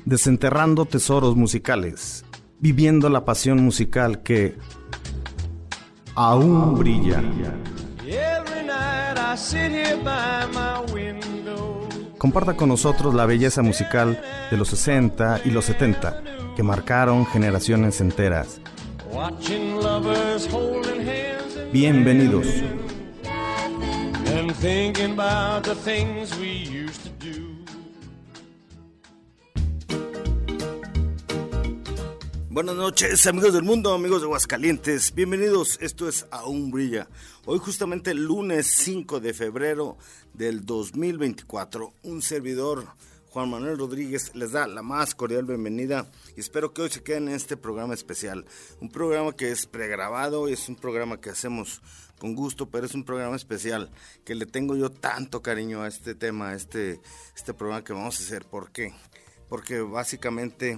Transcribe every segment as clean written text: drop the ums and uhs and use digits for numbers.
Desenterrando tesoros musicales, viviendo la pasión musical que aún brilla. Comparta con nosotros la belleza musical de los 60 y los 70 que marcaron generaciones enteras. Bienvenidos. Buenas noches, amigos del mundo, amigos de Aguascalientes. Bienvenidos, esto es Aún Brilla. Hoy justamente el lunes 5 de febrero del 2024, un servidor, Juan Manuel Rodríguez, les da la más cordial bienvenida y espero que hoy se queden en este programa especial. Un programa que es pregrabado y es un programa que hacemos con gusto, pero es un programa especial que le tengo yo tanto cariño a este tema, a este programa que vamos a hacer. ¿Por qué? Porque básicamente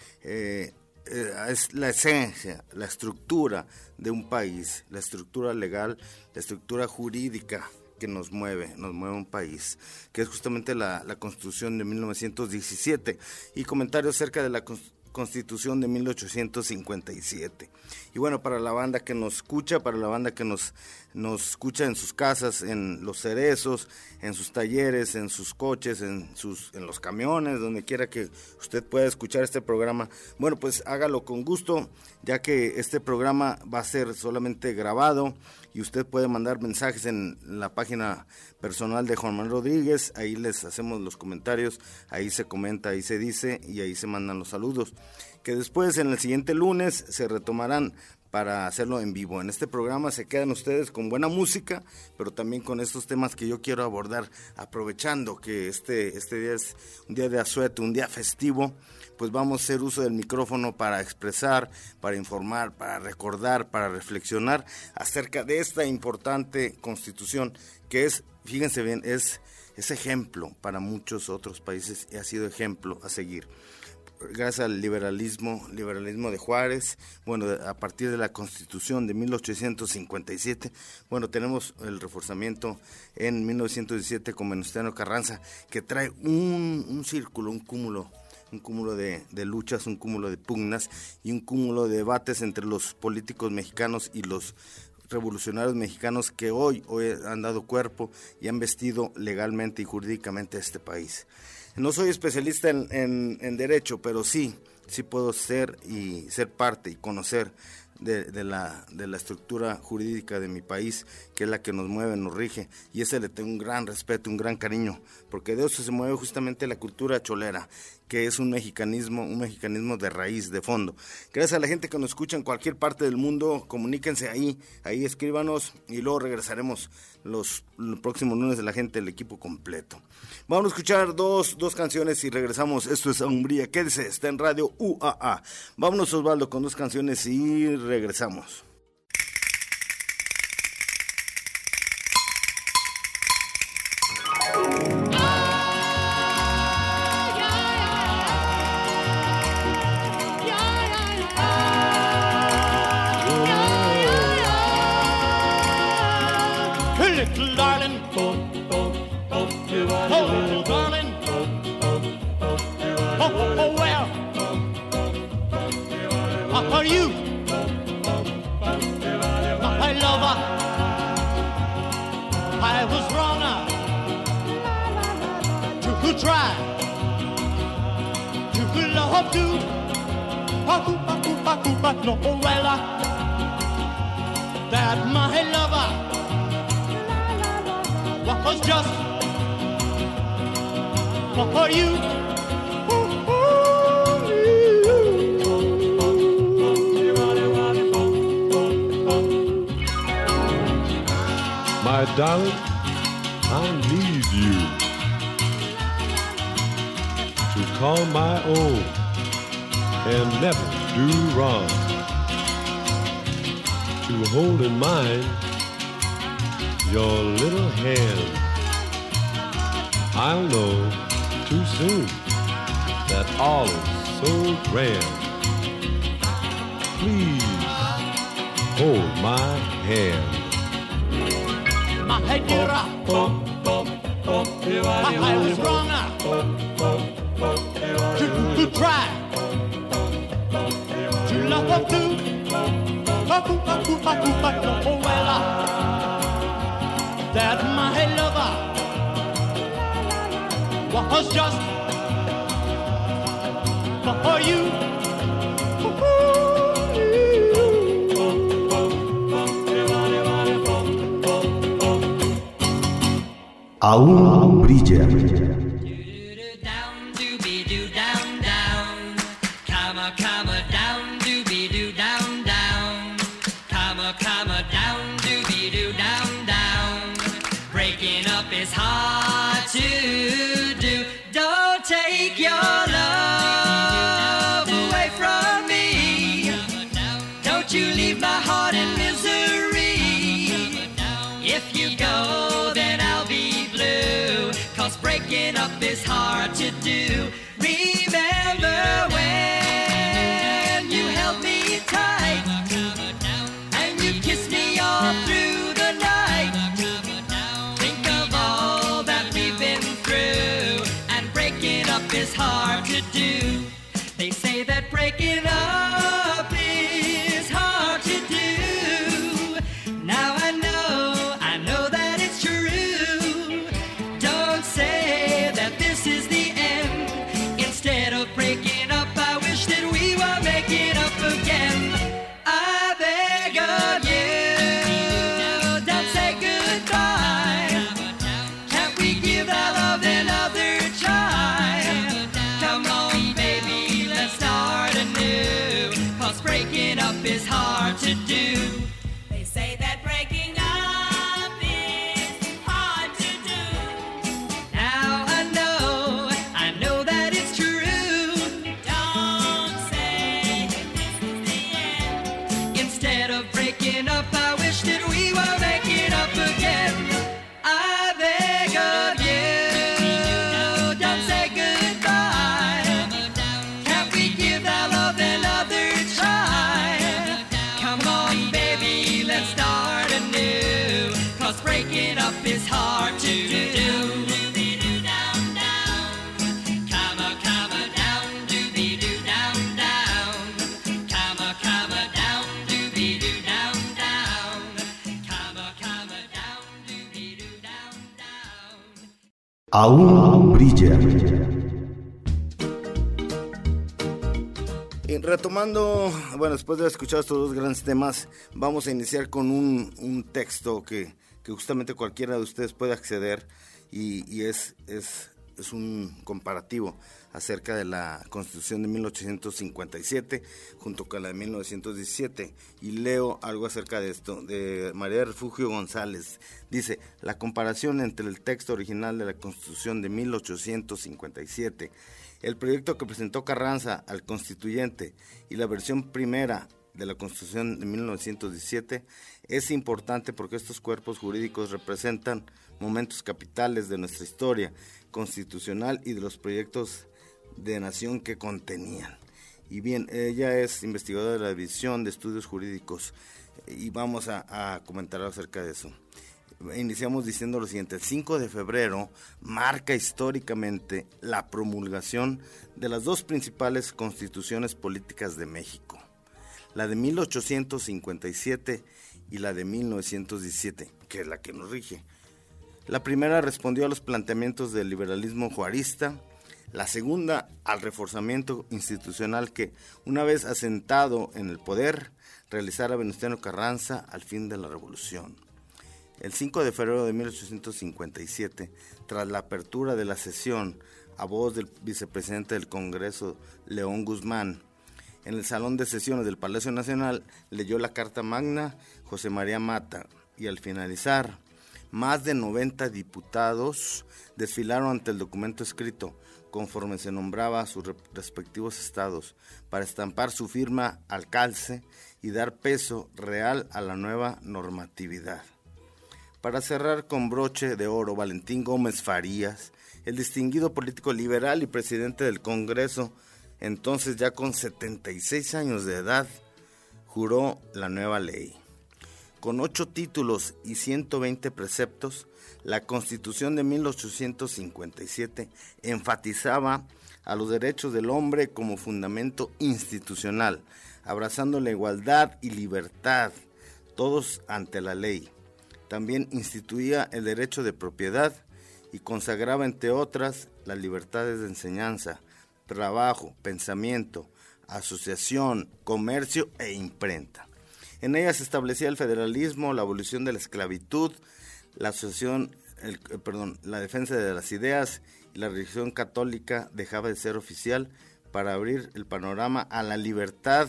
es la esencia, la estructura de un país, la estructura legal, la estructura jurídica que nos mueve un país, que es justamente la Constitución de 1917 y comentarios acerca de la Constitución de 1857. Y bueno, para la banda que nos escucha, para la banda que nos escucha en sus casas, en los cerezos, en sus talleres, en sus coches, en los camiones, donde quiera que usted pueda escuchar este programa, bueno, pues hágalo con gusto, ya que este programa va a ser solamente grabado y usted puede mandar mensajes en la página personal de Juan Manuel Rodríguez, ahí les hacemos los comentarios, ahí se comenta, ahí se dice y ahí se mandan los saludos, que después en el siguiente lunes se retomarán para hacerlo en vivo. En este programa se quedan ustedes con buena música, pero también con estos temas que yo quiero abordar, aprovechando que este día es un día de asueto, un día festivo, pues vamos a hacer uso del micrófono para expresar, para informar, para recordar, para reflexionar acerca de esta importante Constitución que es, fíjense bien, es ejemplo para muchos otros países y ha sido ejemplo a seguir. Gracias al liberalismo de Juárez, bueno, a partir de la Constitución de 1857, bueno, tenemos el reforzamiento en 1917 con Venustiano Carranza, que trae un círculo, un cúmulo de luchas, un cúmulo de pugnas y un cúmulo de debates entre los políticos mexicanos y los revolucionarios mexicanos que hoy han dado cuerpo y han vestido legalmente y jurídicamente a este país. No soy especialista en derecho, pero sí puedo ser parte y conocer de la estructura jurídica de mi país, que es la que nos mueve, nos rige, y ese le tengo un gran respeto, un gran cariño, porque de eso se mueve justamente la cultura cholera, que es un mexicanismo de raíz, de fondo. Gracias a la gente que nos escucha en cualquier parte del mundo, comuníquense ahí escríbanos y luego regresaremos los próximos lunes de la gente, el equipo completo. Vamos a escuchar dos canciones y regresamos. Esto es Aún Brilla, quédese, está en Radio UAA. Vámonos, Osvaldo, con dos canciones y regresamos. You, my lover, I was wrong to try to love you, but no, well, that my lover was just for you. My darling, I need you to call my own and never do wrong, to hold in mind your little hand. I'll know too soon that all is so grand. Please hold my hand. My dear, I was wrong to that my lover was just for you. Aún brilla. Breaking up is hard to do. Remember when you held me tight and you kissed me all through the night. Think of all that we've been through, and breaking up is hard to do. They say that breaking up is hard to do. Now I know that it's true. Don't say that this is the end. Instead of breaking up, I wish that we were making up again. I beg of you, don't say goodbye. Can't we give our love another try? Come on, baby, let's start anew. 'Cause breaking up is hard to do. They say that breaking up is hard to do. Now I know that it's true. Don't say that this is the end. Instead of breaking up, I wish that we were making up again. I beg of you, don't say goodbye. Can't we give our love another try? Come on, baby, let's start anew. 'Cause breaking up is hard to do. Aún brilla. Y retomando, bueno, después de haber escuchado estos dos grandes temas, vamos a iniciar con un texto que justamente cualquiera de ustedes puede acceder y es un comparativo acerca de la Constitución de 1857 junto con la de 1917, y leo algo acerca de esto, de María del Refugio González. Dice: la comparación entre el texto original de la Constitución de 1857, el proyecto que presentó Carranza al constituyente, y la versión primera de la Constitución de 1917 es importante porque estos cuerpos jurídicos representan momentos capitales de nuestra historia constitucional y de los proyectos de nación que contenían. Y bien, ella es investigadora de la División de Estudios Jurídicos y vamos a comentar acerca de eso. Iniciamos diciendo lo siguiente: el 5 de febrero marca históricamente la promulgación de las dos principales constituciones políticas de México, la de 1857 y la de 1917, que es la que nos rige. La primera respondió a los planteamientos del liberalismo juarista, la segunda al reforzamiento institucional que, una vez asentado en el poder, realizara Venustiano Carranza al fin de la Revolución. El 5 de febrero de 1857, tras la apertura de la sesión a voz del vicepresidente del Congreso, León Guzmán, en el salón de sesiones del Palacio Nacional, leyó la Carta Magna José María Mata, y al finalizar, más de 90 diputados desfilaron ante el documento escrito, conforme se nombraba a sus respectivos estados, para estampar su firma al calce y dar peso real a la nueva normatividad. Para cerrar con broche de oro, Valentín Gómez Farías, el distinguido político liberal y presidente del Congreso, entonces ya con 76 años de edad, juró la nueva ley. Con 8 títulos y 120 preceptos, la Constitución de 1857 enfatizaba a los derechos del hombre como fundamento institucional, abrazando la igualdad y libertad, todos ante la ley. También instituía el derecho de propiedad y consagraba, entre otras, las libertades de enseñanza, trabajo, pensamiento, asociación, comercio e imprenta. En ella se establecía el federalismo, la abolición de la esclavitud, la defensa de las ideas, y la religión católica dejaba de ser oficial para abrir el panorama a la libertad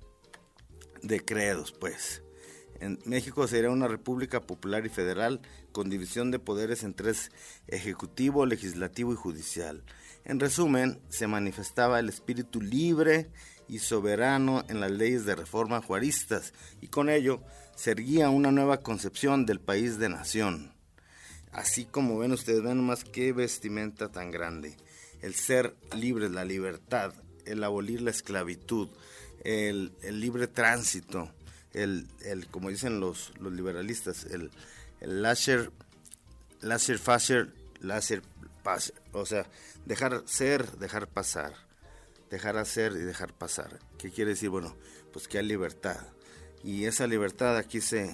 de credos, pues. En México sería una república popular y federal con división de poderes en tres: ejecutivo, legislativo y judicial. En resumen, se manifestaba el espíritu libre y soberano en las leyes de reforma juaristas, y con ello se erguía una nueva concepción del país de nación. Así como ven ustedes, ven nomás qué vestimenta tan grande. El ser libres, la libertad, el abolir la esclavitud, el libre tránsito, el como dicen los liberalistas, el laissez-faire, o sea, dejar ser, dejar pasar, dejar hacer y dejar pasar. ¿Qué quiere decir? Bueno, pues que hay libertad, y esa libertad aquí se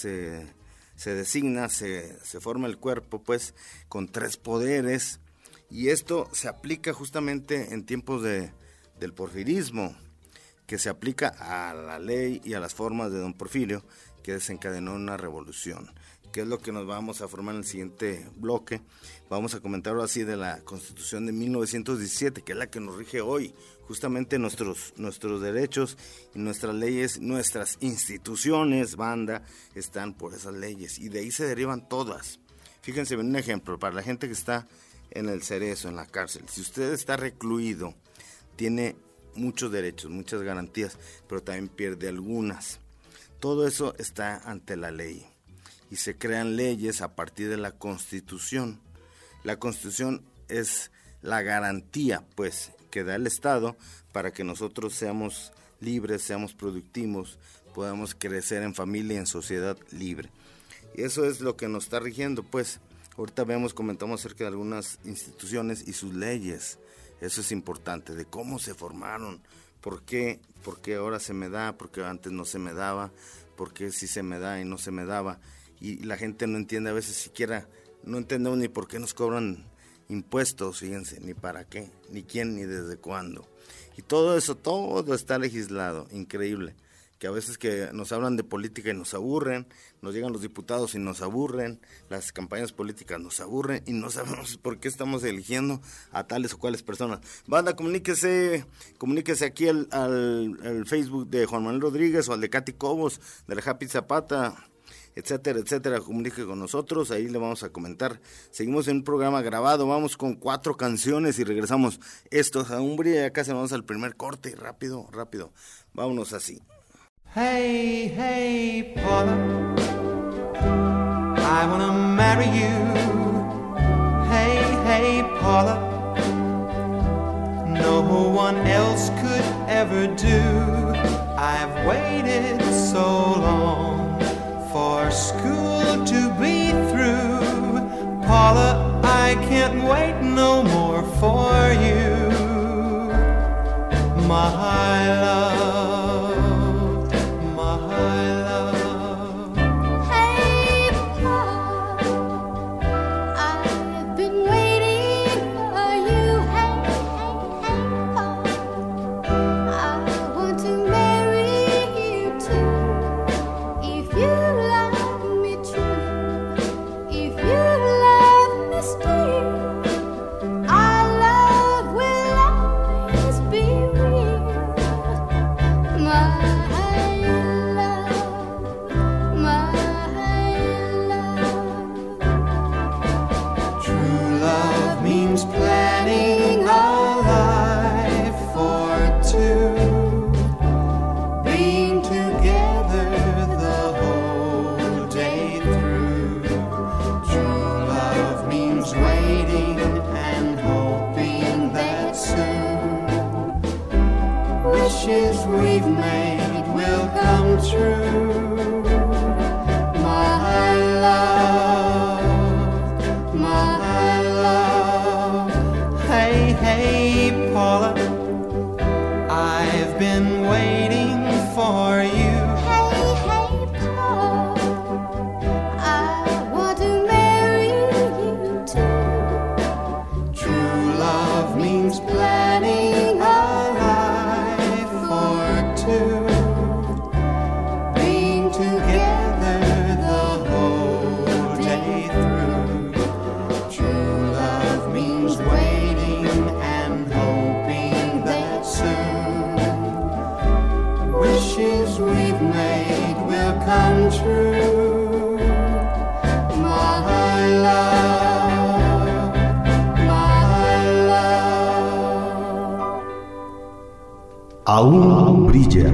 designa, se forma el cuerpo, pues, con tres poderes, y esto se aplica justamente en tiempos del porfirismo, que se aplica a la ley y a las formas de don Porfirio, que desencadenó una revolución, que es lo que nos vamos a formar en el siguiente bloque. Vamos a comentar ahora sí de la Constitución de 1917, que es la que nos rige hoy, justamente nuestros derechos y nuestras leyes, nuestras instituciones, banda, están por esas leyes, y de ahí se derivan todas. Fíjense en un ejemplo, para la gente que está en el Cerezo, en la cárcel. Si usted está recluido, tiene muchos derechos, muchas garantías, pero también pierde algunas. Todo eso está ante la ley, y se crean leyes a partir de la Constitución. La Constitución es la garantía, pues, que da el Estado para que nosotros seamos libres, seamos productivos, podamos crecer en familia y en sociedad libre. Y eso es lo que nos está rigiendo, pues. Ahorita comentamos acerca de algunas instituciones y sus leyes. Eso es importante, de cómo se formaron, por qué ahora se me da, por qué antes no se me daba, por qué sí se me da y no se me daba. Y la gente no entiende a veces siquiera, no entendemos ni por qué nos cobran impuestos, fíjense, ni para qué, ni quién, ni desde cuándo. Y todo eso, todo está legislado, increíble. Que a veces que nos hablan de política y nos aburren, nos llegan los diputados y nos aburren, las campañas políticas nos aburren y no sabemos por qué estamos eligiendo a tales o cuales personas. Banda, comuníquese aquí al Facebook de Juan Manuel Rodríguez o al de Katy Cobos, de la Happy Zapata, etcétera, etcétera. Comunique con nosotros, ahí le vamos a comentar. Seguimos en un programa grabado, vamos con 4 canciones y regresamos. Esto es a Umbria, y acá se vamos al primer corte, rápido, vámonos así. Hey, hey, Paula, I wanna marry you. Hey, hey, Paula, no one else could ever do. I've waited so long for school to be through. Paula, I can't wait no more for you, my love. dreams, planning a life for two, being together the whole day through. True love means waiting and hoping that soon wishes we've made will come true. My love, my love. Aún brilla.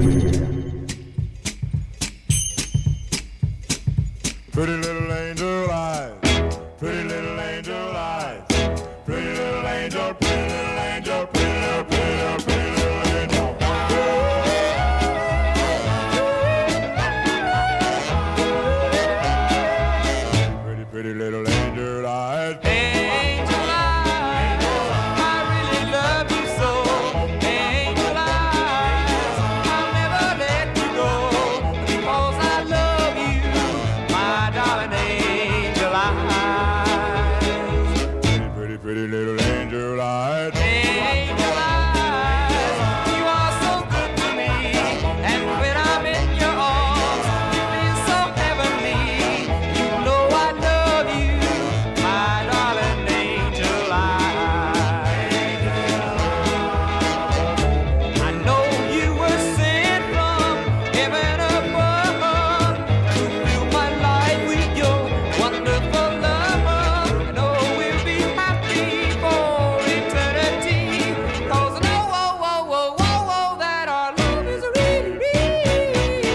Pretty little angel eyes, pretty little angel eyes, pretty little angel, pretty little angel, pretty little, pretty little, pretty little angel. Pretty, pretty little angel eyes. Angel eyes, I really love you so. Angel eyes, I'll never let you go, because I love you, my darling angel eyes. Pretty, pretty, pretty little angel eyes. Angel eyes, you are so good to me, and when I'm in your arms, it feels so heavenly. You know I love you, my darling angel eyes. I know you were sent from heaven above to fill my life with your wonderful love. I know we'll be happy for eternity, 'cause I know, that our love is really real.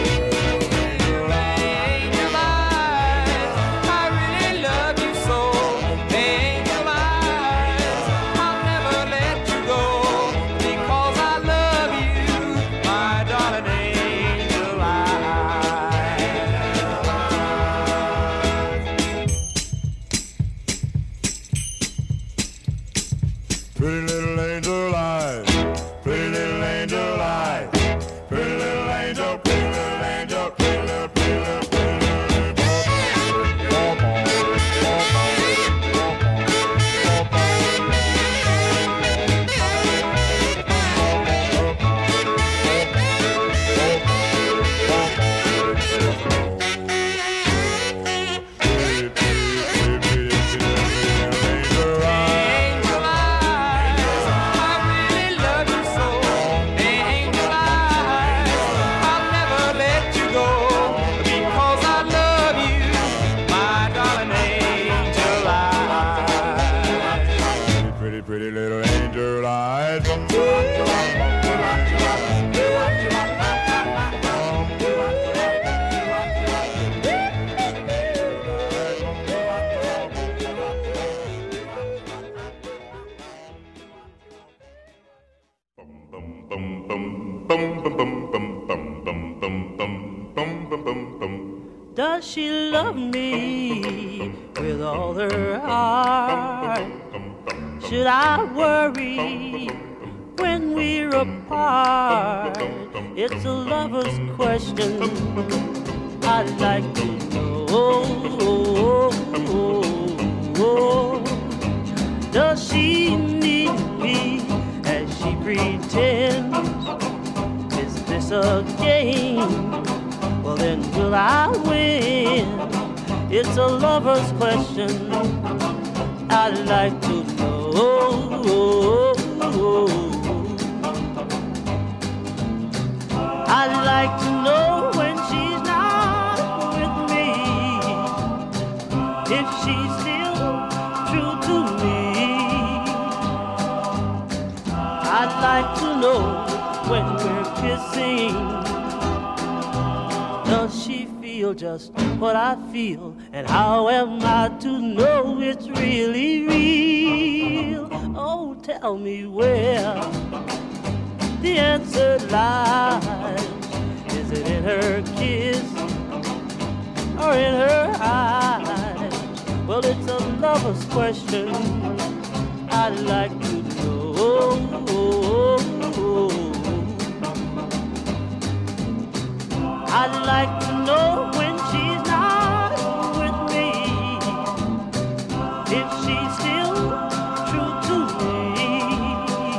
Angel eyes, I really love you so. Angel eyes, I'll never let you go, because I love you, my darling angel eyes. Pretty little angel eyes, pretty little angel eyes, pretty little angel, pretty little angel, pretty little, pretty little, pretty little Angel eyes, I really love you so. Angel eyes, I'll never let you go, because I love you, my darling angel eyes. pretty, pretty little angel eyes. Does she love me with all her heart? Should I worry when we're apart? It's a lover's question I'd like to know. Does she need me as she pretends? Is this a game? Well, then will I win? It's a lover's question I'd like to know. I'd like to know when she's not with me, if she's still true to me. I'd like to know when we're kissing, does she feel just what I feel? And how am I to know it's really real? Oh, tell me where the answer lies. Is it in her kiss or in her eyes? Well, it's a lover's question I'd like to know. I'd like to know when she's not with me, if she's still true to me.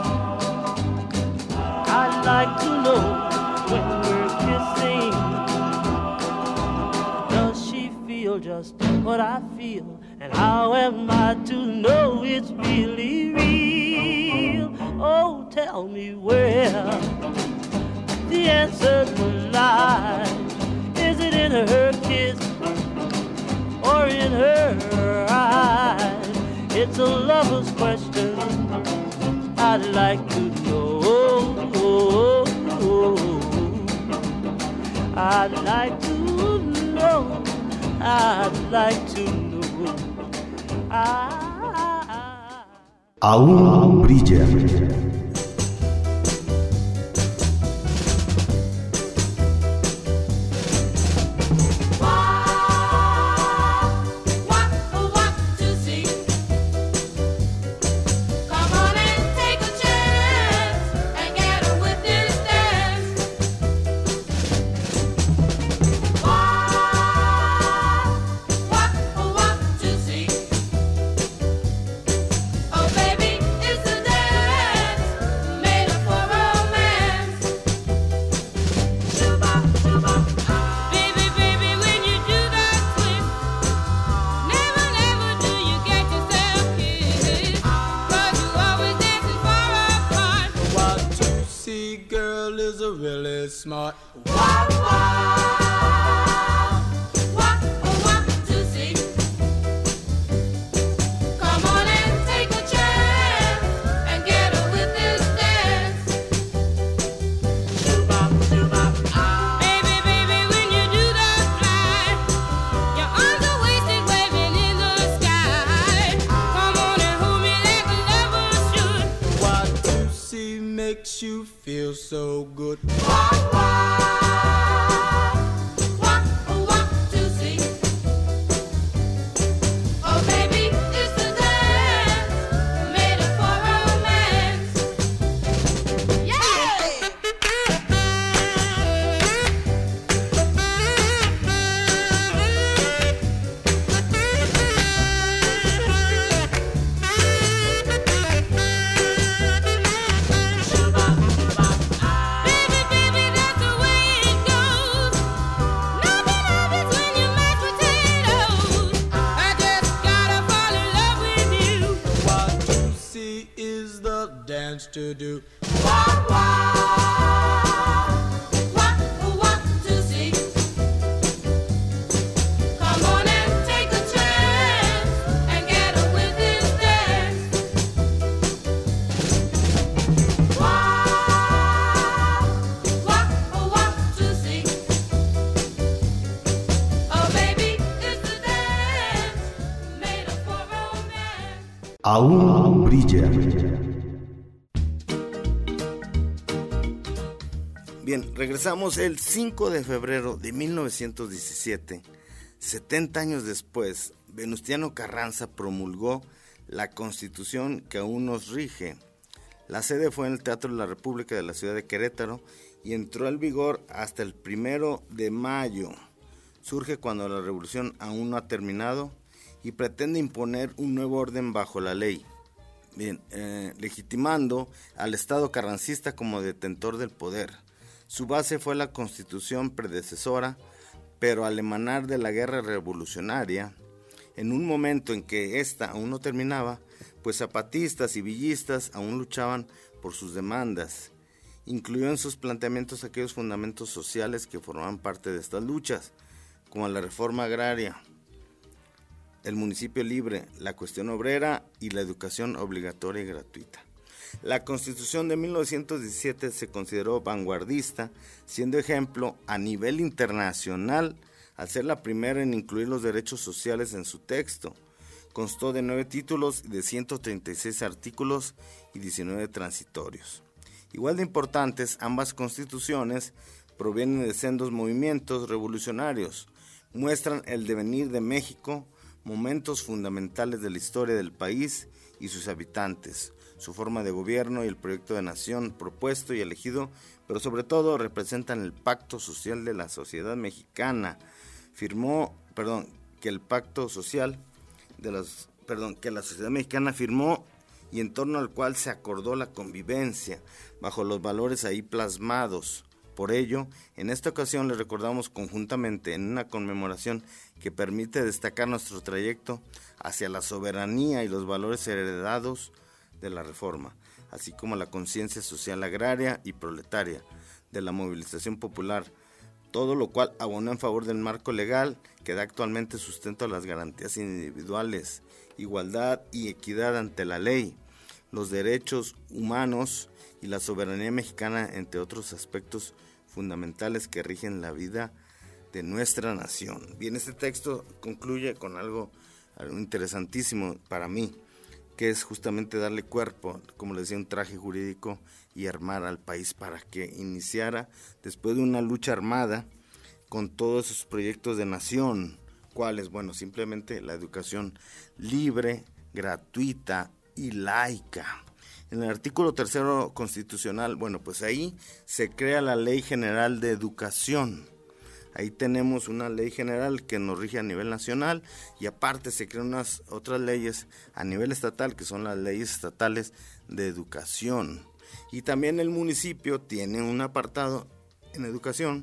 what I feel, and how am I to know it's really real? Oh, tell me where the answer lies. Is it in her kiss or in her eyes? It's a lover's question I'd like to know. I'd like to know. I'd like to know. Aún brilla. Smart. Makes you feel so good. To do. What to see? Come on and take a chance and get up with this dance. What to see? Oh baby, it's the dance made up for romance. Aún brilla. Bien, regresamos el 5 de febrero de 1917. 70 años después, Venustiano Carranza promulgó la Constitución que aún nos rige. La sede fue en el Teatro de la República de la ciudad de Querétaro y entró en vigor hasta el 1 de mayo. Surge cuando la revolución aún no ha terminado y pretende imponer un nuevo orden bajo la ley. Bien, legitimando al Estado carrancista como detentor del poder. Su base fue la Constitución predecesora, pero al emanar de la guerra revolucionaria, en un momento en que ésta aún no terminaba, pues zapatistas y villistas aún luchaban por sus demandas. Incluyó en sus planteamientos aquellos fundamentos sociales que formaban parte de estas luchas, como la reforma agraria, el municipio libre, la cuestión obrera y la educación obligatoria y gratuita. La Constitución de 1917 se consideró vanguardista, siendo ejemplo a nivel internacional al ser la primera en incluir los derechos sociales en su texto. Constó de 9 títulos, de 136 artículos y 19 transitorios. Igual de importantes, ambas constituciones provienen de sendos movimientos revolucionarios, muestran el devenir de México, momentos fundamentales de la historia del país y sus habitantes, su forma de gobierno y el proyecto de nación propuesto y elegido, pero sobre todo representan el pacto social de la sociedad mexicana. Que la sociedad mexicana firmó y en torno al cual se acordó la convivencia, bajo los valores ahí plasmados, Por ello, en esta ocasión les recordamos conjuntamente en una conmemoración que permite destacar nuestro trayecto hacia la soberanía y los valores heredados de la Reforma, así como la conciencia social agraria y proletaria de la movilización popular, todo lo cual abona en favor del marco legal que da actualmente sustento a las garantías individuales, igualdad y equidad ante la ley, los derechos humanos y la soberanía mexicana, entre otros aspectos fundamentales que rigen la vida de nuestra nación. Bien, este texto concluye con algo interesantísimo para mí, que es justamente darle cuerpo, como les decía, un traje jurídico y armar al país para que iniciara, después de una lucha armada, con todos esos proyectos de nación. ¿Cuáles? Bueno, simplemente la educación libre, gratuita y laica. En el artículo 3 constitucional, bueno, pues ahí se crea la Ley General de Educación. Ahí tenemos una ley general que nos rige a nivel nacional y aparte se crean unas otras leyes a nivel estatal, que son las leyes estatales de educación. Y también el municipio tiene un apartado en educación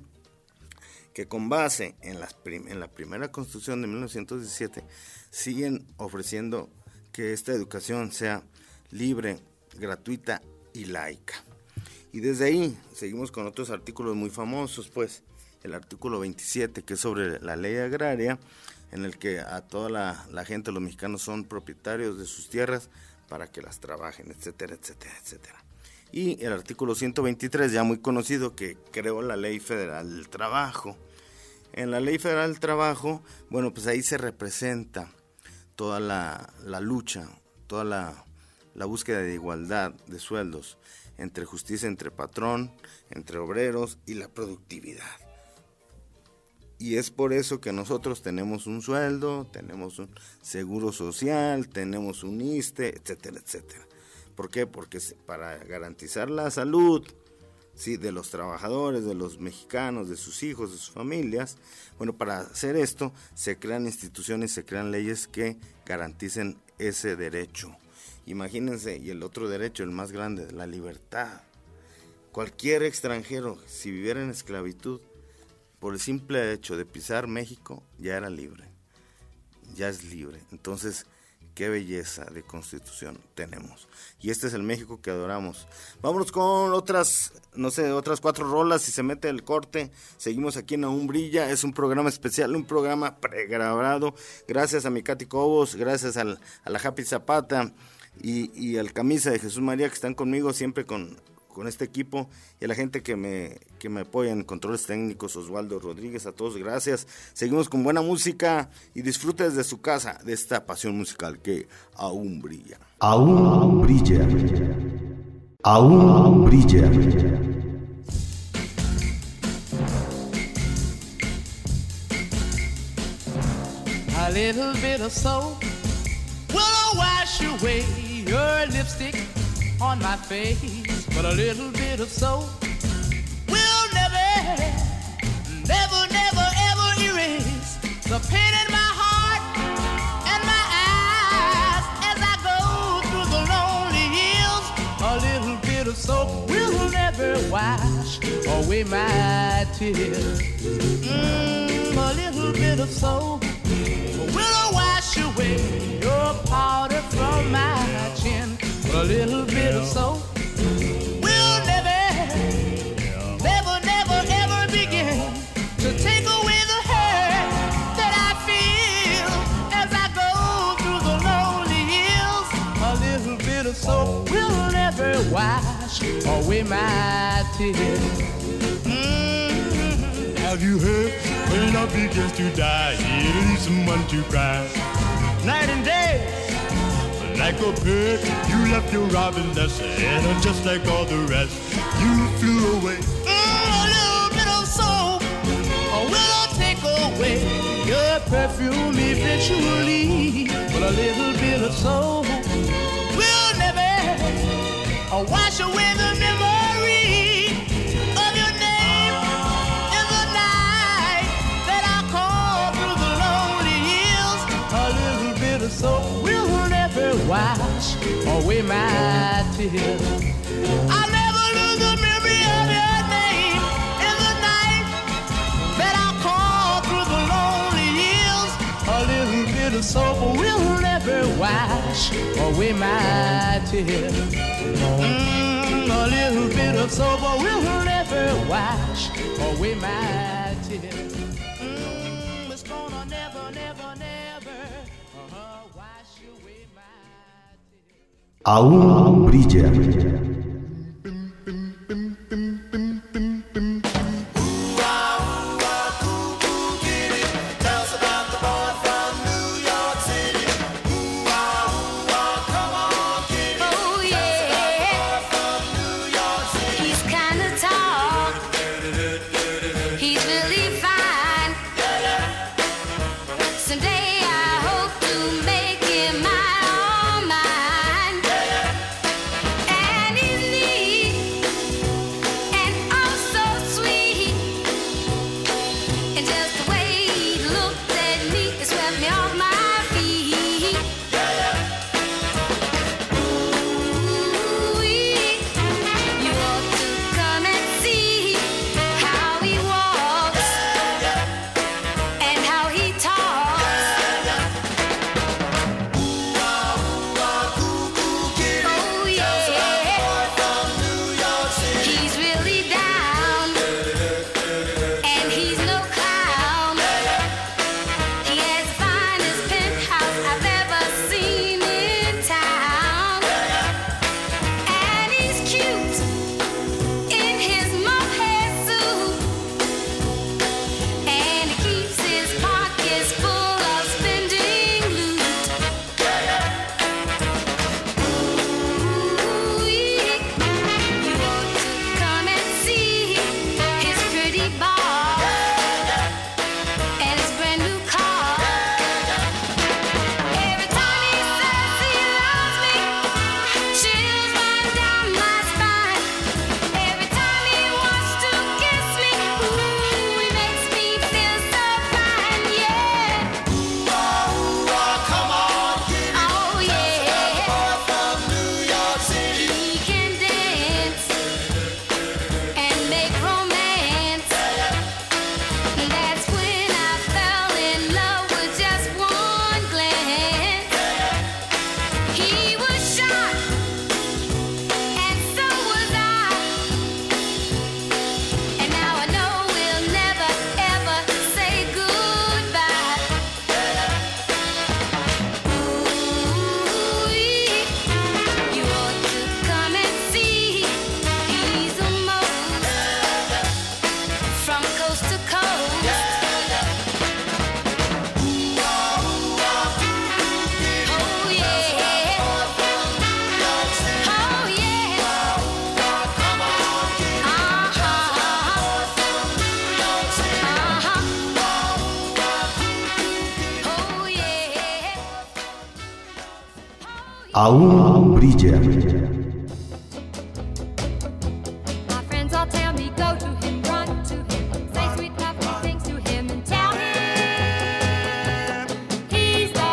que con base en la primera Constitución de 1917 siguen ofreciendo que esta educación sea libre, gratuita y laica. Y desde ahí seguimos con otros artículos muy famosos, pues el artículo 27, que es sobre la ley agraria, en el que a toda la gente, los mexicanos son propietarios de sus tierras para que las trabajen, etcétera, etcétera, etcétera. Y el artículo 123, ya muy conocido, que creó la Ley Federal del Trabajo. En la Ley Federal del Trabajo, bueno, pues ahí se representa toda la lucha, toda la búsqueda de igualdad de sueldos, entre justicia entre patrón, entre obreros y la productividad. Y es por eso que nosotros tenemos un sueldo, tenemos un seguro social, tenemos un ISSSTE, etcétera, etcétera. ¿Por qué? Porque para garantizar la salud, sí, de los trabajadores, de los mexicanos, de sus hijos, de sus familias, bueno, para hacer esto se crean instituciones, se crean leyes que garanticen ese derecho. Imagínense, y el otro derecho, el más grande, la libertad. Cualquier extranjero, si viviera en esclavitud, por el simple hecho de pisar México, ya era libre, ya es libre. Entonces, qué belleza de constitución tenemos. Y este es el México que adoramos. Vámonos con otras 4 rolas, si se mete el corte. Seguimos aquí en Aún Brilla, es un programa especial, un programa pregrabado. Gracias a mi Katy Cobos, gracias a la Happy Zapata y al Camisa de Jesús María, que están conmigo siempre con este equipo, y a la gente que me apoya en controles técnicos, Osvaldo Rodríguez, a todos gracias. Seguimos con buena música y disfrute desde su casa de esta pasión musical que aún brilla. Aún brilla. Aún brilla. A little bit of soap will wash away your lipstick on my face, but a little bit of soap will never, never, never, ever erase the pain in my heart and my eyes as I go through the lonely hills. A little bit of soap will never wash away my tears. A little bit of soap will wash away your powder from my chin. A little bit of soap will never, never, never, ever begin to take away the hurt that I feel as I go through the lonely hills. A little bit of soap will never wash away my tears. Have you heard? When love begins to die, it leaves someone to cry. Night and day, like a bird, you left your robin nest, and just like all the rest, you flew away. A little bit of soap will take away your perfume eventually, but a little bit of soap will never wash away the memory of your name in the night that I call through the lonely hills. A little bit of soap will never wash away my tears. I'll never lose the memory of your name in wash away my tears. A little bit of soap will never wash away my tears. It's gonna never, never, never wash away my tears. Aún brilla. Aún brilla. My friends all tell me go to him, run to him, say sweet lovely things to him and tell him he's the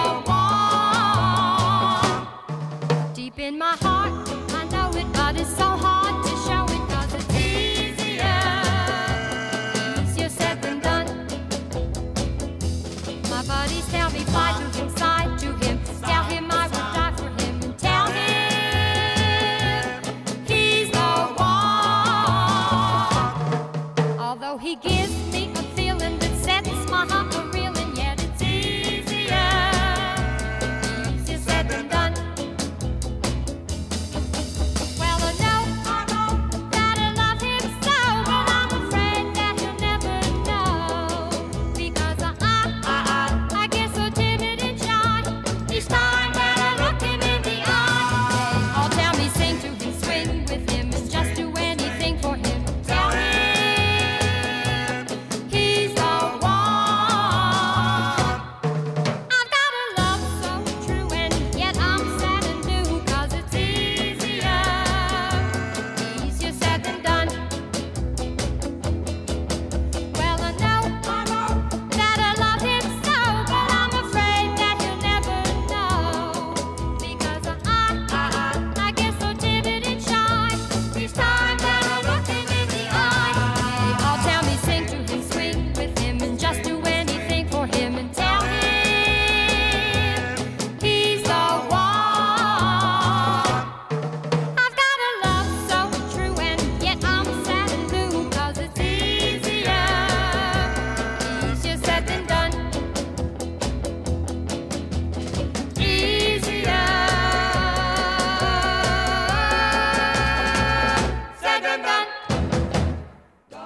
one. Deep in my heart, I know it, but it's so hard to show it 'cause it's easier said than done. My buddies tell me fly to him, side to him, tell him I would die for him and tell him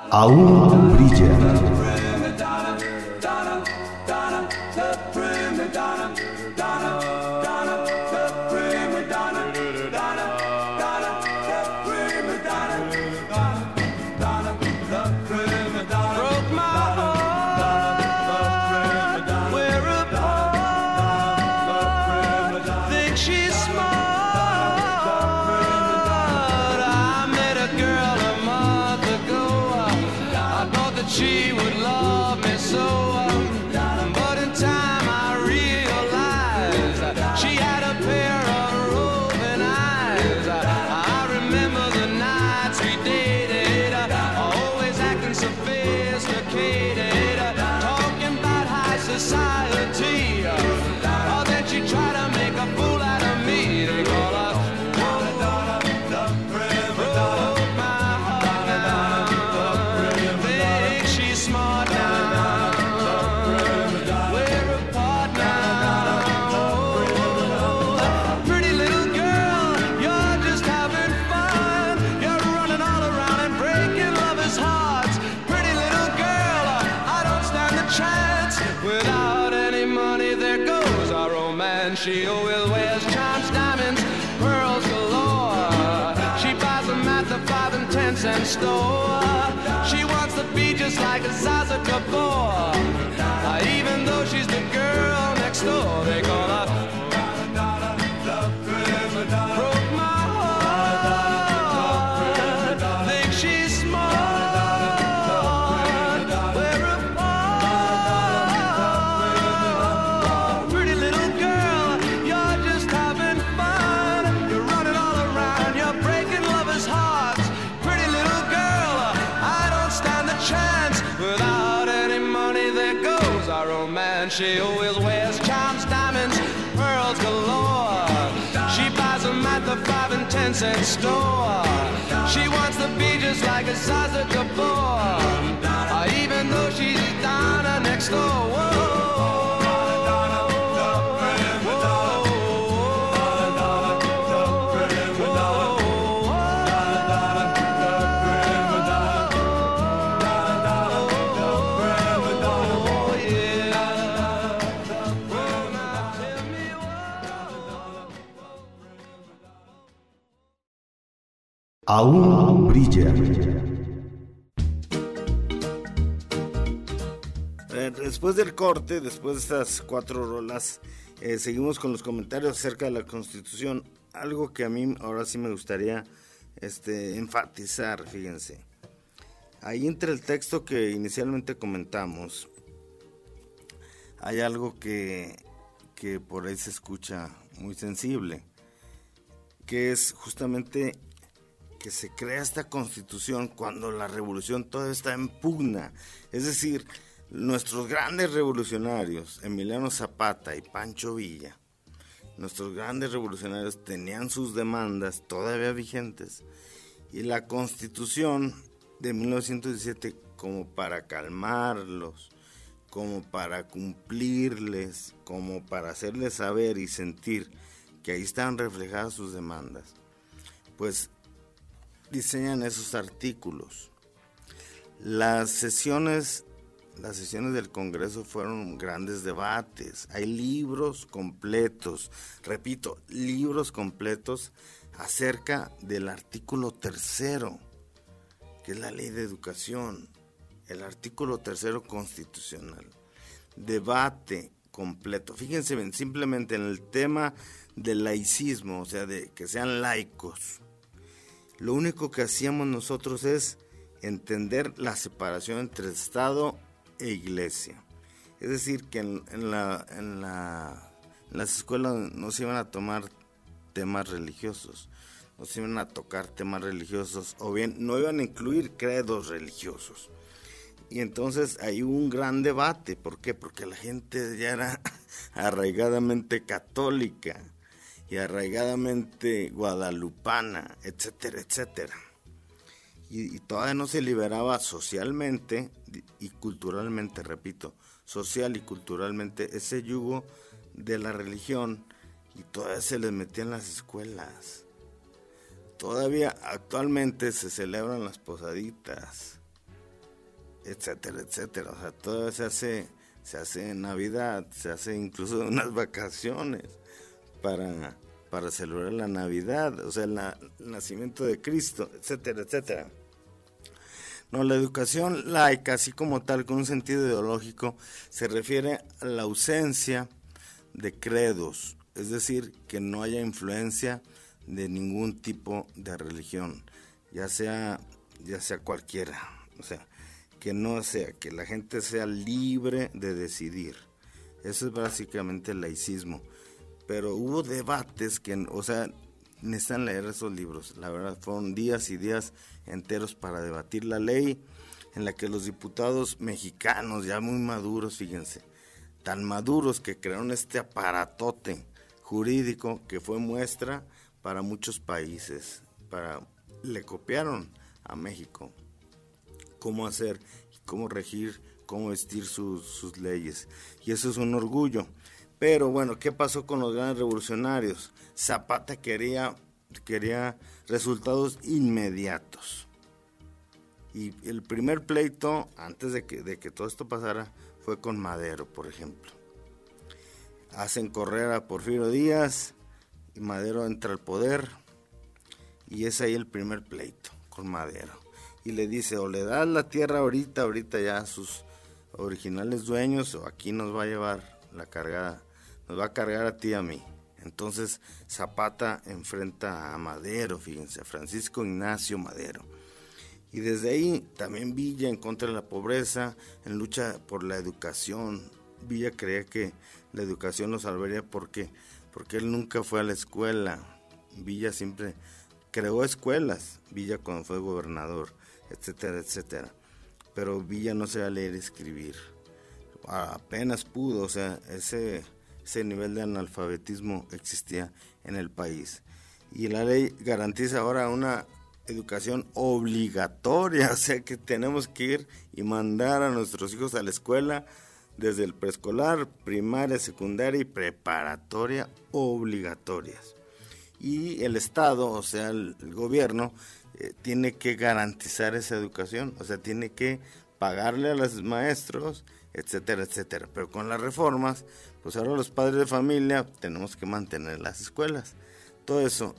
Aún brilla. She would love me so, but in time I realized she had a pair of roving eyes. I remember the nights we dated, always acting sophisticated, talking about high society. Oh, then she tried to make a fool out of me. They call us she always wears charms, diamonds, pearls galore. She buys them at the 5 and 10 cent store. She wants to be just like a Zaza Gabor. Even though she's the girl next door, they call her broke my heart. Think she's smart, wear a pretty little girl. You're just having fun. You're running all around. You're breaking lovers' hearts. Pretty little girl, I don't stand a chance. Without any money, there goes our romance. She always wears charms, diamonds, pearls galore. She buys them at the 5 and 10 cent store. She wants to be just like a Zaza Gabor, even though she's Donna next door. Whoa. Aún brilla. Después del corte, después de estas 4 rolas, seguimos con los comentarios acerca de la Constitución. Algo que a mí ahora sí me gustaría enfatizar, fíjense. Ahí entre el texto que inicialmente comentamos, hay algo que por ahí se escucha muy sensible, que es justamente que se crea esta Constitución cuando la revolución todavía está en pugna. Es decir, nuestros grandes revolucionarios, Emiliano Zapata y Pancho Villa, nuestros grandes revolucionarios tenían sus demandas todavía vigentes, y la Constitución de 1917, como para calmarlos, como para cumplirles, como para hacerles saber y sentir que ahí estaban reflejadas sus demandas, pues diseñan esos artículos. Las sesiones del Congreso fueron grandes debates. Hay libros completos, repito, libros completos acerca del artículo 3º, que es la Ley de Educación, el artículo 3º constitucional. Debate completo. Fíjense bien, simplemente en el tema del laicismo, o sea, de que sean laicos. Lo único que hacíamos nosotros es entender la separación entre Estado e Iglesia. Es decir, que en las escuelas no se iban a tomar temas religiosos, no se iban a tocar temas religiosos, o bien no iban a incluir credos religiosos. Y entonces hay un gran debate. ¿Por qué? Porque la gente ya era arraigadamente católica y arraigadamente guadalupana, etcétera, etcétera. Y todavía no se liberaba socialmente y culturalmente, repito, social y culturalmente ese yugo de la religión, y todavía se les metía en las escuelas. Todavía actualmente se celebran las posaditas, etcétera, etcétera. O sea, todo se hace en Navidad, se hace incluso unas vacaciones para celebrar la Navidad, o sea, el nacimiento de Cristo, etcétera, etcétera. No, la educación laica, así como tal, con un sentido ideológico, se refiere a la ausencia de credos, es decir, que no haya influencia de ningún tipo de religión, ya sea cualquiera, o sea, que la gente sea libre de decidir. Eso es básicamente el laicismo. Pero hubo debates que, o sea, necesitan leer esos libros. La verdad, fueron días y días enteros para debatir la ley, en la que los diputados mexicanos, ya muy maduros, fíjense, tan maduros que crearon este aparatote jurídico que fue muestra para muchos países. Le copiaron a México cómo hacer, cómo regir, cómo vestir sus leyes. Y eso es un orgullo. Pero bueno, ¿qué pasó con los grandes revolucionarios? Zapata quería resultados inmediatos. Y el primer pleito, antes de que todo esto pasara, fue con Madero, por ejemplo. Hacen correr a Porfirio Díaz, y Madero entra al poder, y es ahí el primer pleito con Madero. Y le dice, o le das la tierra ahorita ya a sus originales dueños, o aquí nos va a llevar la cargada, nos va a cargar a ti y a mí. Entonces Zapata enfrenta a Madero, fíjense, a Francisco Ignacio Madero. Y desde ahí también Villa en contra de la pobreza, en lucha por la educación. Villa creía que la educación lo salvaría porque él nunca fue a la escuela. Villa siempre creó escuelas, Villa cuando fue gobernador, etcétera, etcétera. Pero Villa no sabía leer y escribir. Apenas pudo, o sea, ese nivel de analfabetismo existía en el país. Y la ley garantiza ahora una educación obligatoria, o sea que tenemos que ir y mandar a nuestros hijos a la escuela desde el preescolar, primaria, secundaria y preparatoria obligatorias. Y el Estado, o sea, el gobierno, tiene que garantizar esa educación, o sea, tiene que pagarle a los maestros, etcétera, etcétera. Pero con las reformas, pues ahora los padres de familia tenemos que mantener las escuelas. Todo eso,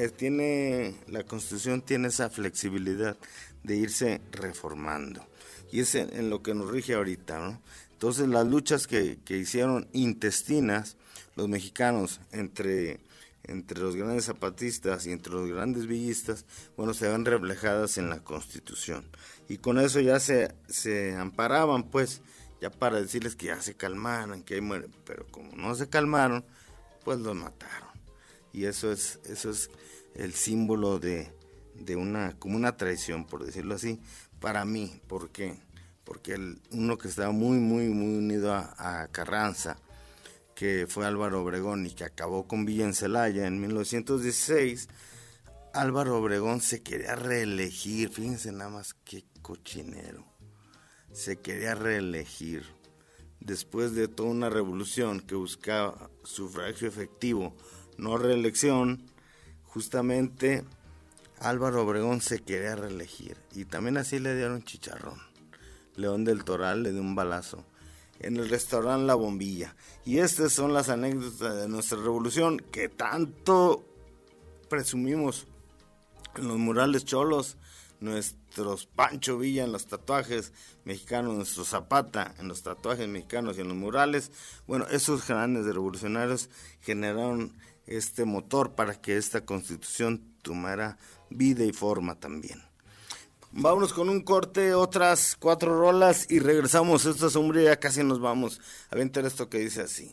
la Constitución tiene esa flexibilidad de irse reformando. Y es en lo que nos rige ahorita, ¿no? Entonces las luchas que hicieron intestinas los mexicanos entre los grandes zapatistas y entre los grandes villistas, bueno, se ven reflejadas en la Constitución. Y con eso ya se amparaban, pues, ya para decirles que ya se calmaran, que ahí mueren. Pero como no se calmaron, pues los mataron. Y eso es el símbolo de como una traición, por decirlo así, para mí. ¿Por qué? Porque uno que estaba muy, muy, muy unido a Carranza, que fue Álvaro Obregón y que acabó con Villa en Celaya en 1916, Álvaro Obregón se quería reelegir, fíjense nada más qué cochinero, se quería reelegir después de toda una revolución que buscaba sufragio efectivo, no reelección. Justamente Álvaro Obregón se quería reelegir y también así le dieron chicharrón. León del Toral le dio un balazo en el restaurante La Bombilla. Y estas son las anécdotas de nuestra revolución que tanto presumimos en los murales cholos, nuestros Pancho Villa en los tatuajes mexicanos, nuestro Zapata en los tatuajes mexicanos y en los murales. Bueno, esos grandes revolucionarios generaron este motor para que esta Constitución tomara vida y forma también. Vámonos con un corte, otras 4 rolas y regresamos. Esta sombra ya casi nos vamos a ver esto que dice así.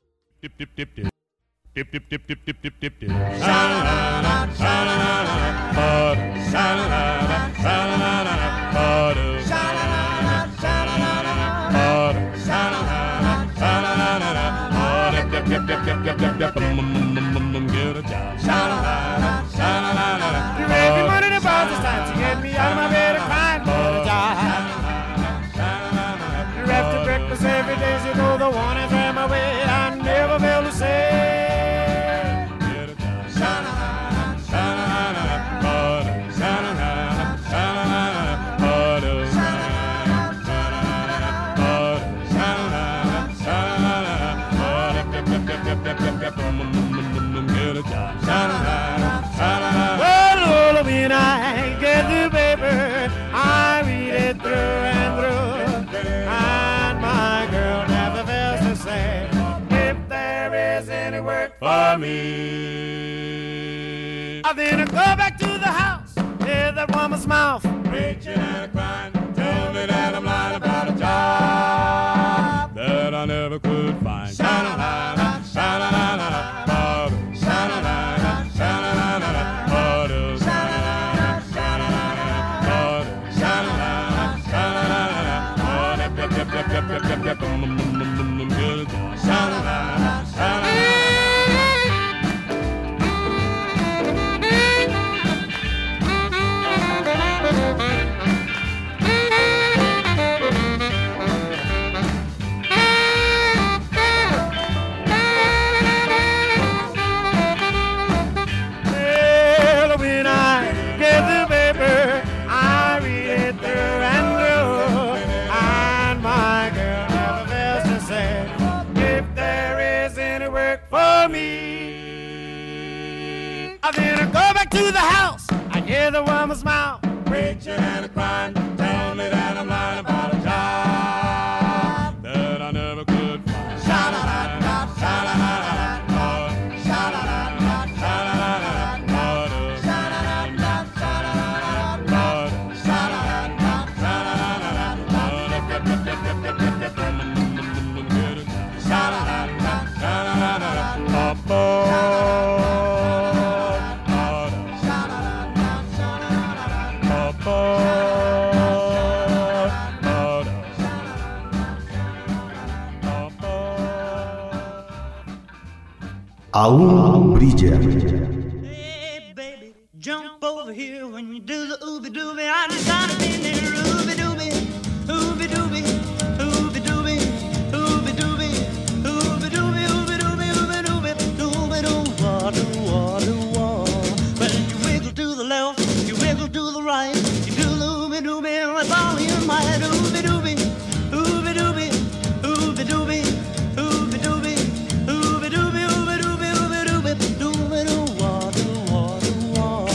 You raised me money to buy this time to get me out of my bed and crying for the job. You wrap the breakfast every day, so you know the one is right my way. I never fail to say, for me. Then I go back to the house, hear that woman's mouth preaching and crying, tell me that I'm lying about a job that I never could find. Sha-la-la-la, sha-la-la-la, butter, sha-la-la-la, sha-la-la-la, butter, sha-la-la-la, sha-la-la-la, butter, sha-la-la-la, sha-la-la-la, butter, yep, yep, yep, yep, yep, yep, yep, good, sha-la-la-la, sha-la-la-la. Then I go back to the house, I hear the woman's mouth preaching and crying, tell me that I'm lying about a job that I never could find. Sha-la-la-la, sha-la-la-la, butter, sha-la-la-la, sha-la-la-la, butter, sha-la-la-la, sha-la-la-la, butter, sha-la-la-la, sha-la-la-la, butter, yep, yep, yep, yep, yep, yep, yep, sha-la-la-la, sha-la-la-la, butter. Aún brilla. Hey baby, jump over here when you do the ooby dooby. I just gotta be there, ooby dooby, ooby dooby, ooby dooby, ooby dooby, ooby dooby, ooby dooby, ooby dooby, dooby doo, wah doo, wah doo, wah. Well, you wiggle to the left, you wiggle to the right, you do the ooby dooby, and that's all in my head, ooby dooby, ooby dooby, ooby dooby, ooby dooby, ooby dooby, ooby dooby, ooby dooby, dooby doo, wah doo, wah doo, wah.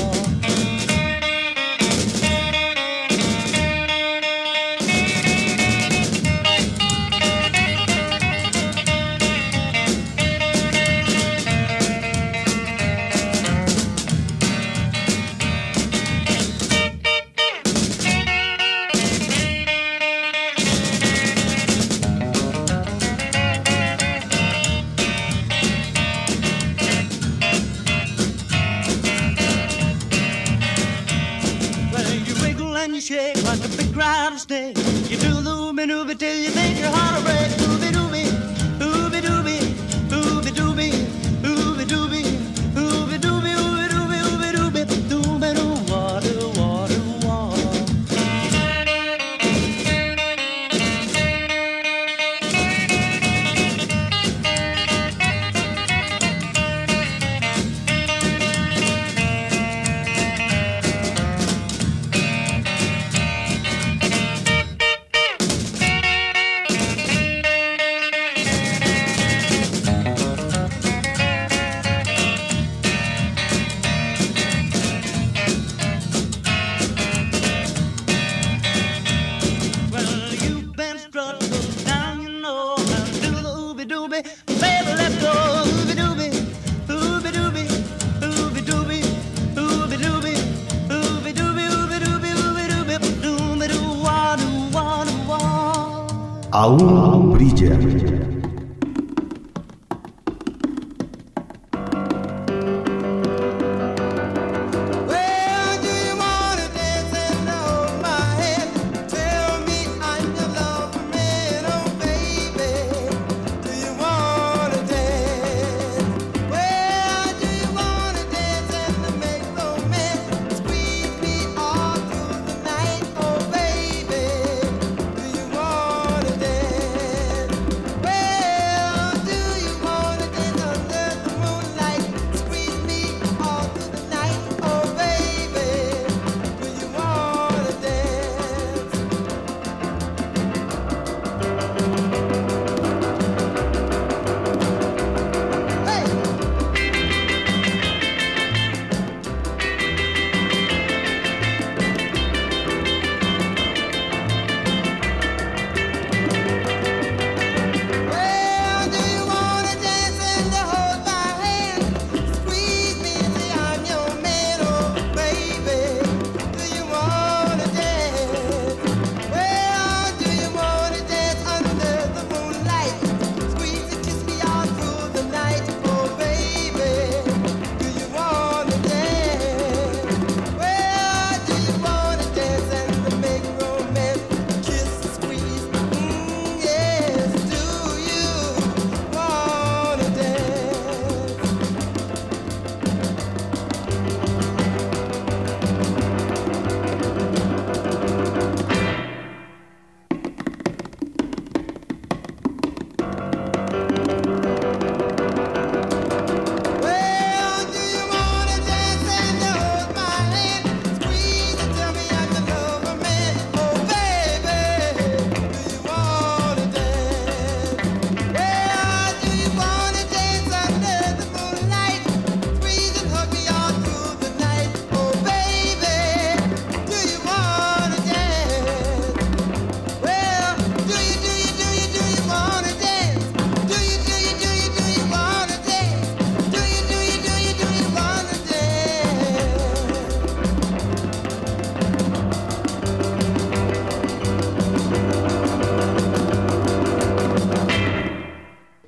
Well, you wiggle and you shake like a big rattlesnake. You do the ooby dooby till you think your heart will break. Ooby dooby, ooby dooby, ooby dooby, ooby dooby, ooby dooby, ooby dooby, ooby dooby, dooby doo, wah doo, wah doo, wah. Well, you've been strutting down, you know, and do the ooby dooby, baby, let's go, ooby dooby, ooby dooby, ooby dooby, ooby dooby, ooby dooby, ooby dooby, ooby dooby, dooby doo, wah doo, wah doo, wah. Aún brilla. Well, do you wanna dance and hold my hand? Tell me I'm your lover man, oh baby. Do you wanna dance? Well, do you wanna dance and make romance? Squeeze me all through the night, oh baby. Do you wanna dance?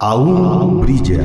Aún brilla.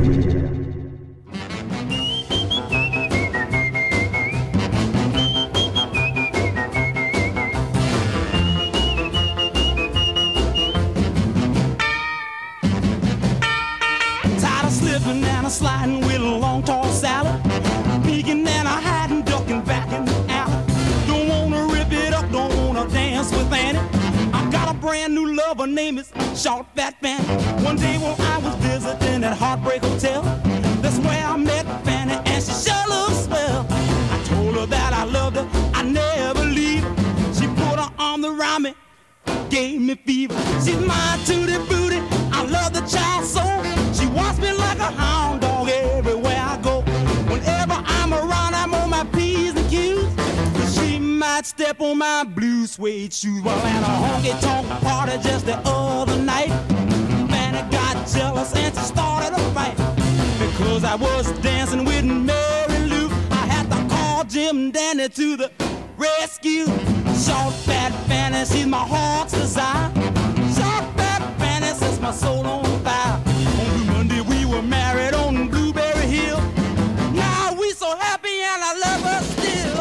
Slipping and a sliding with a long tall salad, peeking and a hiding, ducking back in the alley. Don't wanna rip it up, don't wanna dance with Annie. I got a brand new lover, name is Short Fat Fanny. One day when I was visiting at Heartbreak Hotel, that's where I met Fanny, and she sure looks swell. I told her that I loved her, I never leave her. She put her arm around me, gave me fever. She's my tutti booty, I love the child so. She wants me like a hound dog everywhere I go. Whenever I'm around, I'm on my P's and Q's. But she might step on my blue suede shoes. Well, at a honky-tonk party just the other night, Fanny got jealous and she started a fight. Because I was dancing with Mary Lou, I had to call Jim Dandy to the rescue. Short Fat Fanny, she's my heart's desire. Short Fat Fanny sets my soul on fire. On Blue Monday we were married on Blueberry Hill. Now we so happy and I love her still.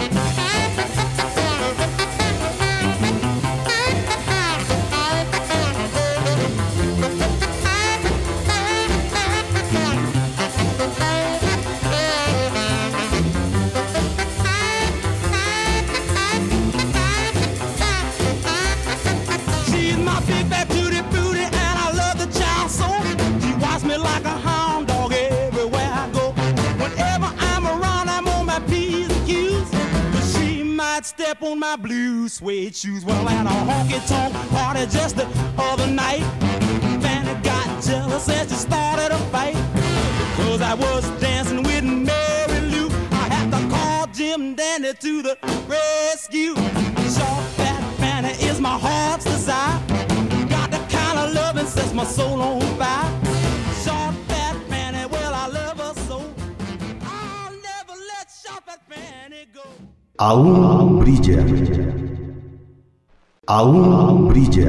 She's my big fat beauty booty and I love the child so. She watches me like a hound dog everywhere I go. Whenever I'm around, I'm on my P's and Q's. But she might step on my blue suede shoes. Well, at a honky-tonk party just the other night, Fanny got jealous and she started a fight. Because I was dancing with Mary Lou, I had to call Jim Dandy to the rescue. Short Fat Fanny is my heart's desire. Got the kind of love that sets my soul on fire. Short Fat Fanny, well I love her so. I'll never let Short Fat Fanny go. Aún brilla. Aún brilla.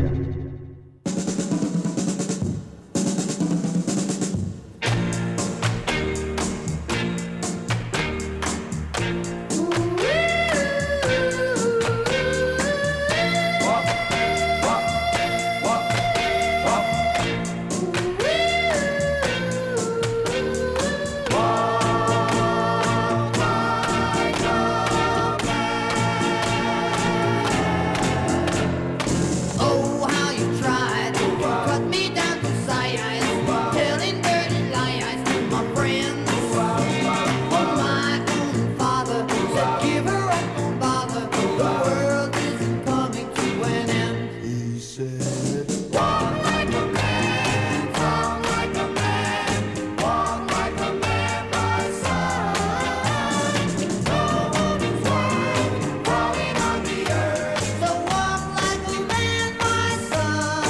Oh, how you tried to cut me down to size, telling dirty lies to my friends. Oh, my own father said, give her up, don't bother. The world isn't coming to an end. He said, walk like a man, talk like a man, walk like a man, my son. No woman's world crawling on the earth, so walk like a man, my son.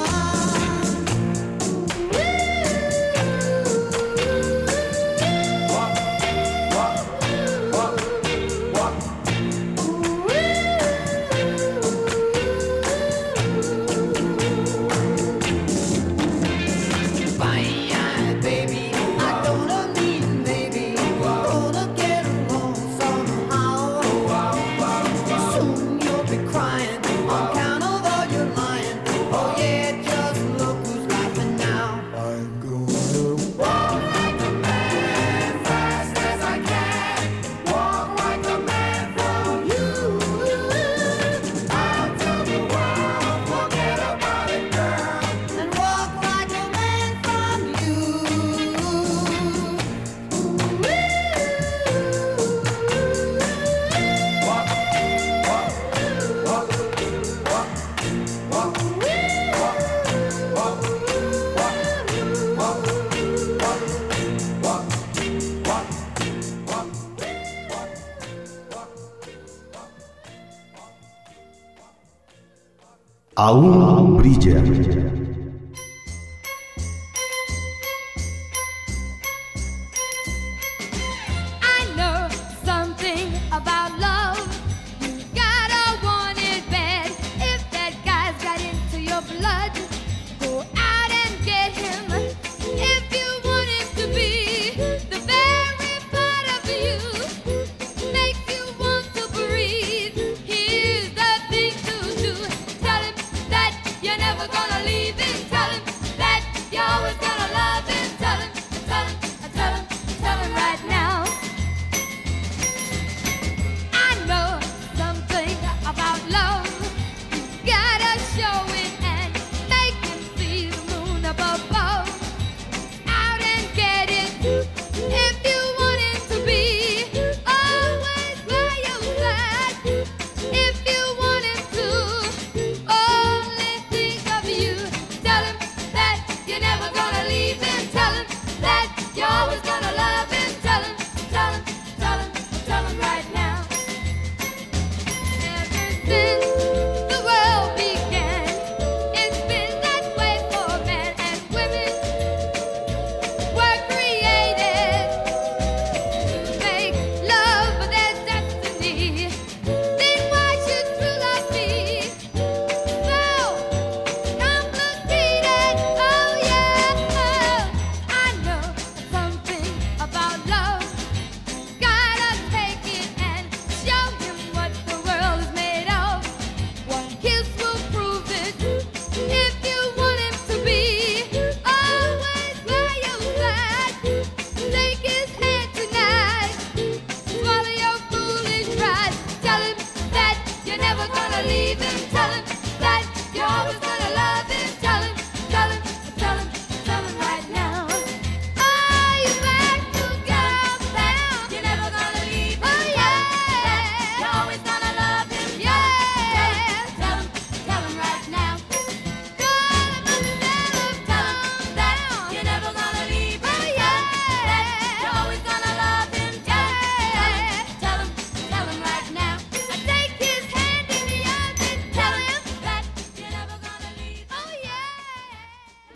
Fine, baby, I don't mean maybe, gonna get along somehow. Soon you'll be crying on account of all your lying. Oh yeah, just look who's laughing now. I'm gonna walk like a man, fast as I can. Walk like a man from you. I'll tell the world, forget about it, girl, and walk like a man from you. Aún brilla. I know something about love. You gotta want it bad. If that guy's got into your blood, go out and get him.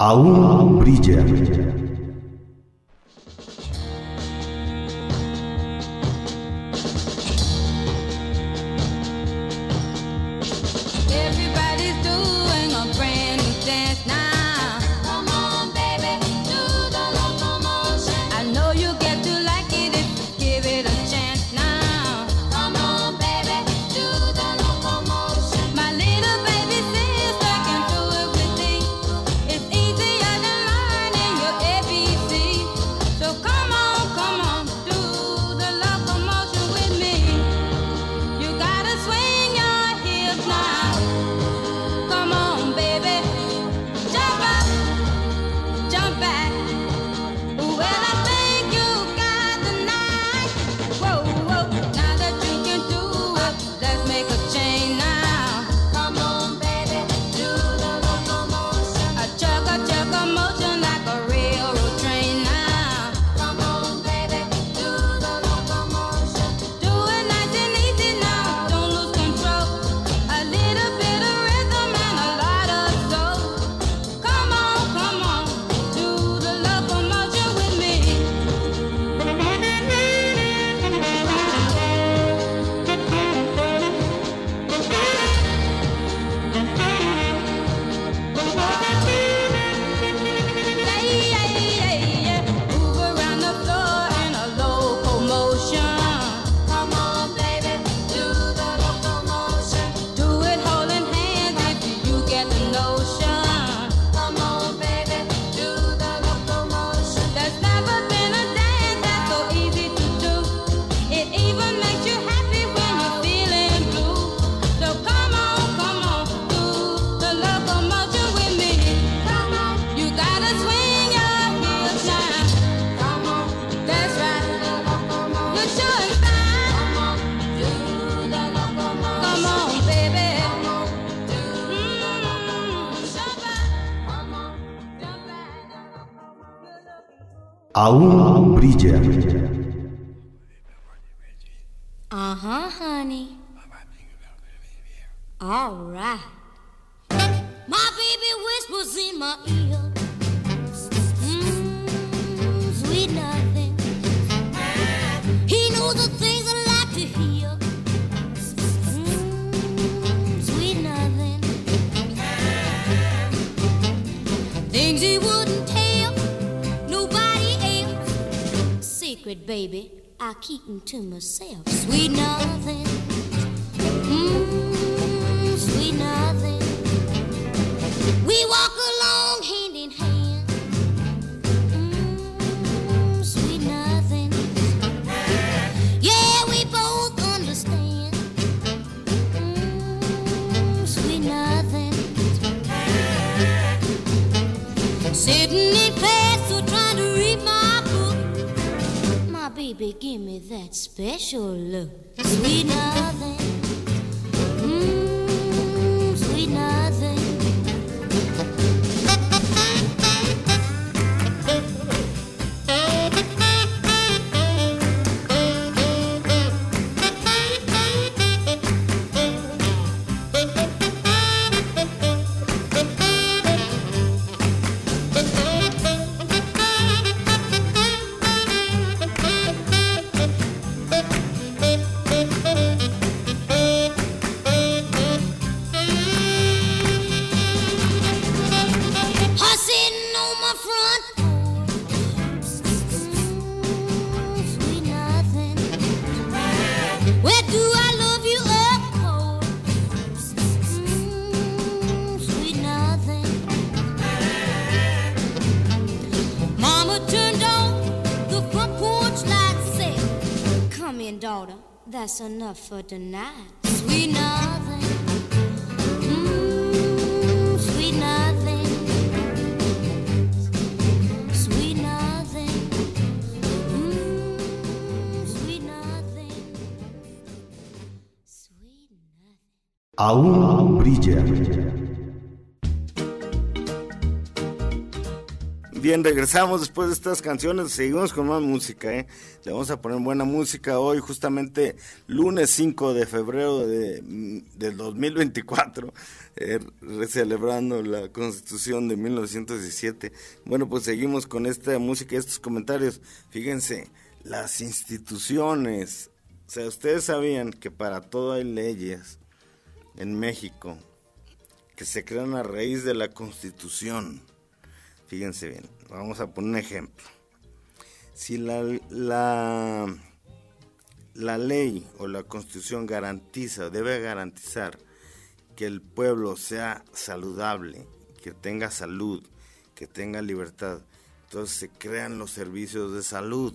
Aún brilla. Everybody's doing a brand new dance now. Come on, baby, do the locomotion. I know you get to like it if you give it a chance now. Come on, baby, do the locomotion. My little baby sister can do it with me. It's easier than learning your ABC. So come on, do the locomotion with me. You gotta swing your hips now. Come on, baby, jump up, jump back. Well, I think you got the night. Whoa, whoa, now that you can do it, let's make a change now. Come on, baby, do the locomotion. A chugga motion like a railroad train now. Come on, baby, do the locomotion. Do it nice and easy now, don't lose control. A little bit of rhythm and a lot of soul. Come on, do the locomotion with me. Yeah. Move around the floor in a locomotion. Come on, baby, do the locomotion. Do it holding hands if you get the notion. Come on, baby, do the locomotion. There's never been a dance that's so easy to do. It even makes you happy when you're feeling blue. So come on, do the locomotion with me. Come on, you gotta swing your hips now. Come on, that's right. You're showing signs. Come on, do the locomotion. Come on, baby. Jump back. Come on, jump back. Aún brilla. Honey. All right. My baby whispers in my ear. Sweet nothing. He knows the things I like to hear. Sweet nothing. Things he wouldn't tell nobody else. Secret, baby, I keep them to myself. Sweet nothing. Sweet nothing. We walk along hand in hand. Sweet nothing. Yeah, we both understand. Sweet nothing. Sitting in class or trying to read my book. My baby, give me that special look. Sweet nothing. Sweet nothing. Her sitting on my front porch. Sweet nothing. Where do I love you up cold? Sweet nothing. Mama turned on the front porch light, said, "Come in, daughter, that's enough for tonight." Sweet nothing. Sweet nothing. Sweet nothing. Sweet nothing. Sweet nothing. Aún brilla. Bien, regresamos después de estas canciones, seguimos con más música, Le vamos a poner buena música hoy, justamente lunes 5 de febrero del 2024, celebrando la Constitución de 1917. Bueno, pues seguimos con esta música y estos comentarios. Fíjense, las instituciones, o sea, ustedes sabían que para todo hay leyes en México que se crean a raíz de la Constitución. Fíjense bien, vamos a poner un ejemplo. Si la ley o la Constitución debe garantizar que el pueblo sea saludable, que tenga salud, que tenga libertad, entonces se crean los servicios de salud,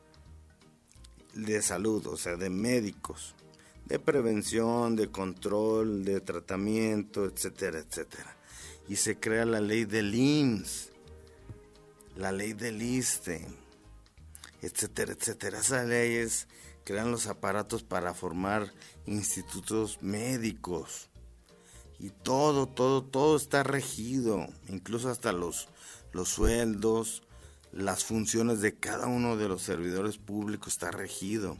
o sea, de médicos, de prevención, de control, de tratamiento, etcétera, etcétera. Y se crea la ley del IMSS, la ley del ISSSTE, etcétera, etcétera. Esas leyes crean los aparatos para formar institutos médicos. Y todo está regido, incluso hasta los sueldos, las funciones de cada uno de los servidores públicos está regido.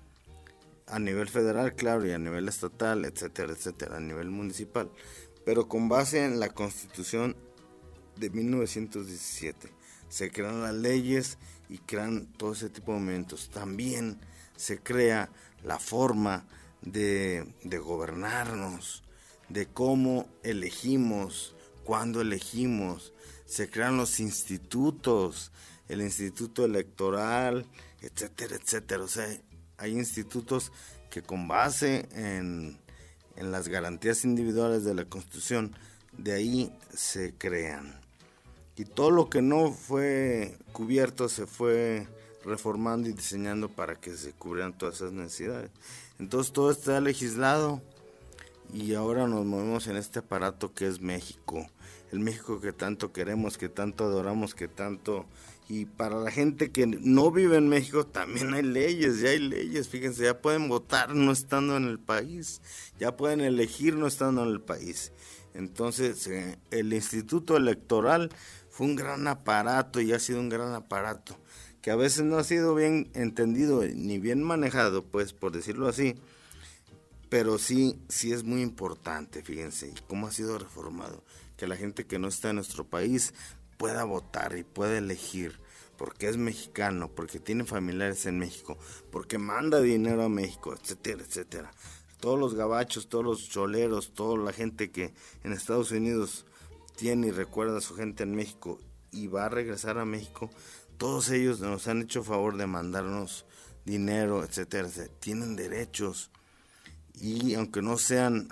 A nivel federal, claro, y a nivel estatal, etcétera, etcétera, a nivel municipal. Pero con base en la Constitución de 1917. Se crean las leyes y crean todo ese tipo de movimientos. También se crea la forma de gobernarnos, de cómo elegimos, cuándo elegimos. Se crean los institutos, el instituto electoral, etcétera, etcétera. O sea, hay institutos que con base en las garantías individuales de la Constitución, de ahí se crean. Y todo lo que no fue cubierto se fue reformando y diseñando para que se cubrieran todas esas necesidades. Entonces todo está legislado y ahora nos movemos en este aparato que es México. El México que tanto queremos, que tanto adoramos, que tanto... Y para la gente que no vive en México también hay leyes, fíjense, ya pueden votar no estando en el país, ya pueden elegir no estando en el país. Entonces el Instituto Electoral fue un gran aparato y ha sido un gran aparato, que a veces no ha sido bien entendido ni bien manejado, pues por decirlo así, pero sí es muy importante, fíjense, y cómo ha sido reformado, que la gente que no está en nuestro país pueda votar y pueda elegir, porque es mexicano, porque tiene familiares en México, porque manda dinero a México, etcétera, etcétera. Todos los gabachos, todos los choleros, toda la gente que en Estados Unidos tiene y recuerda a su gente en México y va a regresar a México, todos ellos nos han hecho favor de mandarnos dinero, etcétera, etcétera. Tienen derechos y aunque no sean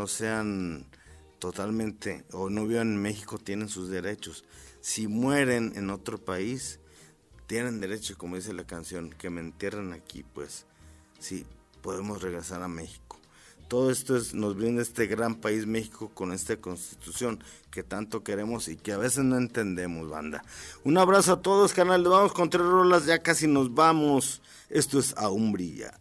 totalmente o no vivan en México, tienen sus derechos. Si mueren en otro país, tienen derecho, como dice la canción, que me entierren aquí, pues sí, podemos regresar a México. Todo esto nos brinda este gran país México con esta Constitución que tanto queremos y que a veces no entendemos, banda. Un abrazo a todos, canal. Vamos con 3 rolas, ya casi nos vamos. Esto es Aún Brilla.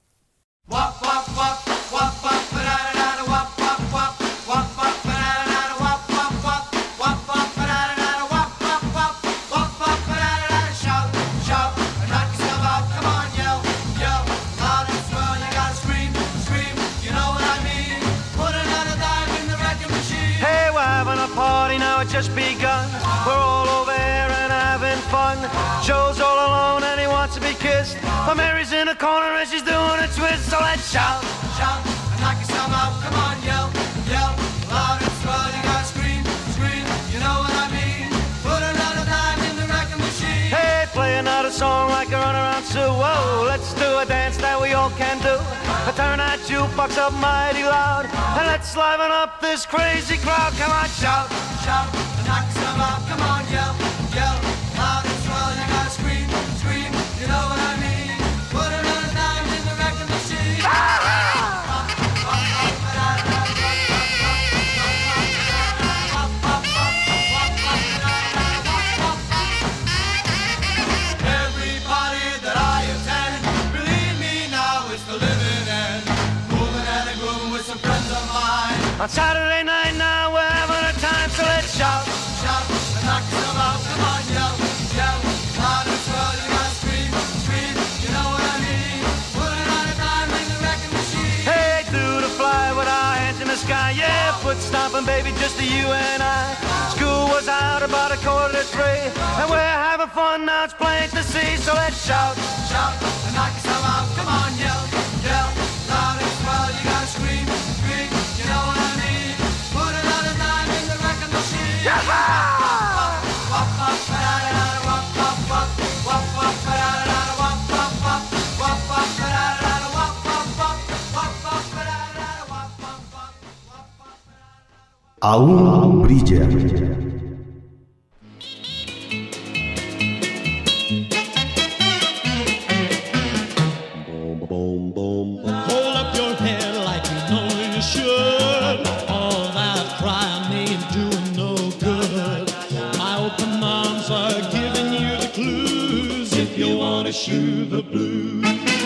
Just begun. We're all over here and having fun. Joe's all alone and he wants to be kissed. But Mary's in a corner and she's doing a twist. So let's shout, shout, and knock yourself out. Come on, yell, yell, loud and swell. You gotta scream, scream. You know what I mean? Put another dime in the wrecking machine. Hey, play another song like a runaround Sue. Whoa, let's do a dance that we all can do. Turn that jukebox up mighty loud and let's liven up this crazy crowd. Come on, shout, shout, and knock yourself out. Come on, yell, yell, loud and swell. You gotta scream, scream. You know what I mean? Put another dime in the wrecking machine. Everybody that I attend, believe me now, it's the living end. Moving and a grooving with some friends of mine. On Saturday night now we're having a time, so let's shout, shout, and knock yourself out. Come on, yell, foot stomping, baby, just you and I. School was out about 2:45, and we're having fun now, it's plain to see. So let's shout, shout, and knock yourself out. Come on, yell, yell, loud and swell. You gotta scream, scream, you know what I mean. Put another dime in the record machine. Yeah! Aún brilla. Hold up your head like you know you should. All that crying ain't doing no good. My open arms are giving you the clues if you want to shoe the blues.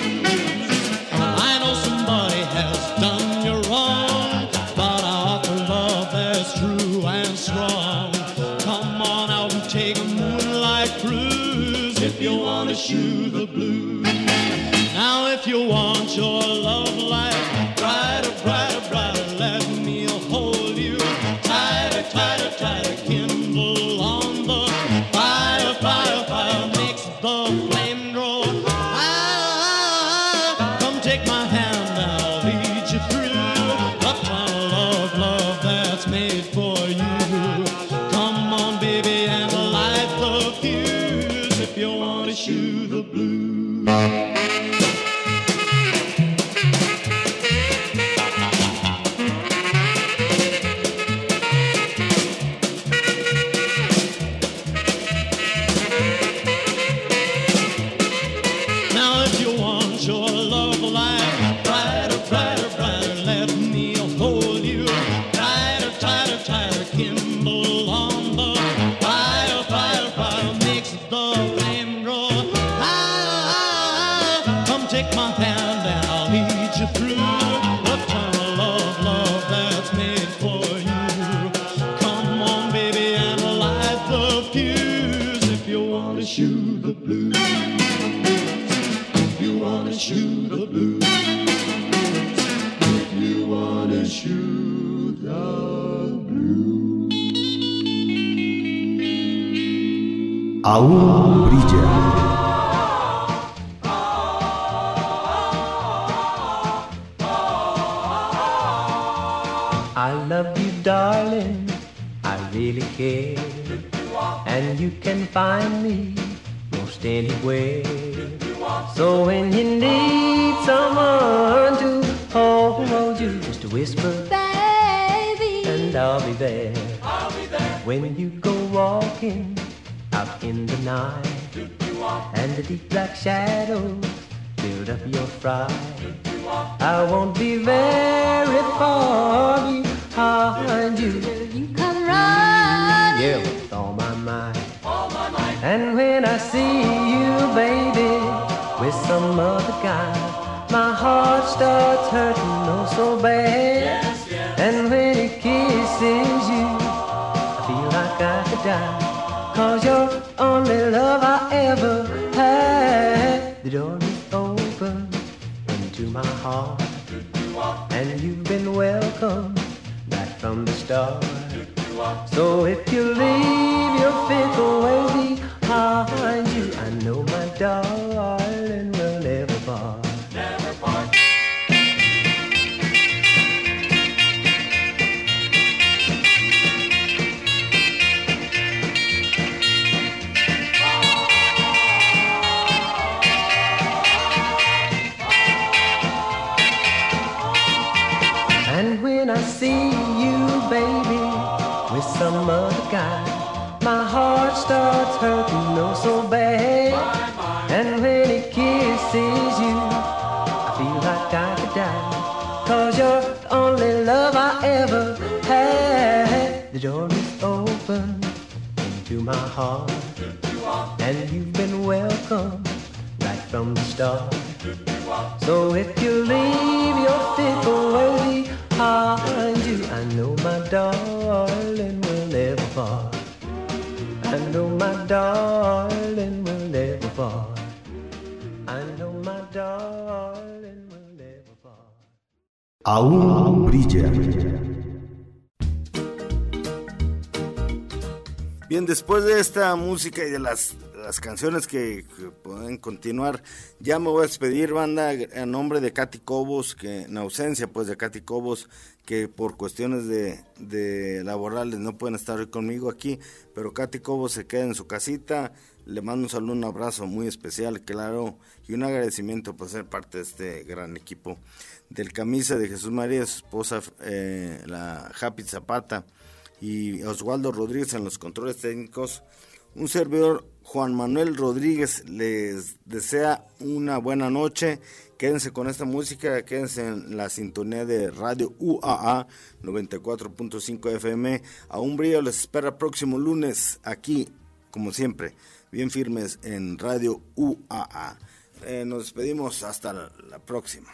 I know somebody has done you wrong, but I offer love that's true and strong. Come on out and take a moonlight cruise if you want to shoe the blues. Now if you want your love life brighter, brighter, brighter, let me hold you tighter, tighter, tighter. Kindle on the fire, fire, fire, makes the flame grow. Come take my hand and I'll lead you through the kind of love, love that's made for you. Come on, baby, and light the fuse if you want to shoe the blues. Aún brilla. I love you, darling, I really care. And you can find me most anywhere. So when you need someone to hold you, just whisper, baby, and I'll be there. When you go walking out in the night, and the deep black shadows build up your fright, I won't be very far behind you. You come running, yeah, with all my might. And when I see you, baby, with some other guy, my heart starts hurting oh so bad. And when he kisses you, I feel like I could die. 'Cause you're the only love I ever had. The door is open into my heart, and you've been welcome right from the start. So if you leave your fickle ways behind you, I know my darling will never part. Never part. And when I see you, baby, with some other guy, my heart starts hurting oh so bad. And when he kisses you, I feel like I could die. 'Cause you're the only love I ever had. The door is open into my heart, and you've been welcome right from the start. So if you leave your fickle ways behind you, I know my darling will never part. I know my darling will never part. I know my darling will never part. Aún brilla. Bien, después de esta música y de las canciones que pueden continuar, ya me voy a despedir, banda, en nombre de Katy Cobos, que en ausencia pues de Katy Cobos, que por cuestiones de laborales no pueden estar hoy conmigo aquí, pero Katy Cobos se queda en su casita. Le mando un saludo, un abrazo muy especial, claro, y un agradecimiento por ser parte de este gran equipo. Del Camisa, de Jesús María, su esposa, la Happy Zapata, y Oswaldo Rodríguez en los controles técnicos. Un servidor, Juan Manuel Rodríguez, les desea una buena noche. Quédense con esta música, quédense en la sintonía de Radio UAA 94.5 FM. A un brillo les espera próximo lunes aquí, como siempre, bien firmes en Radio UAA. Nos despedimos hasta la próxima.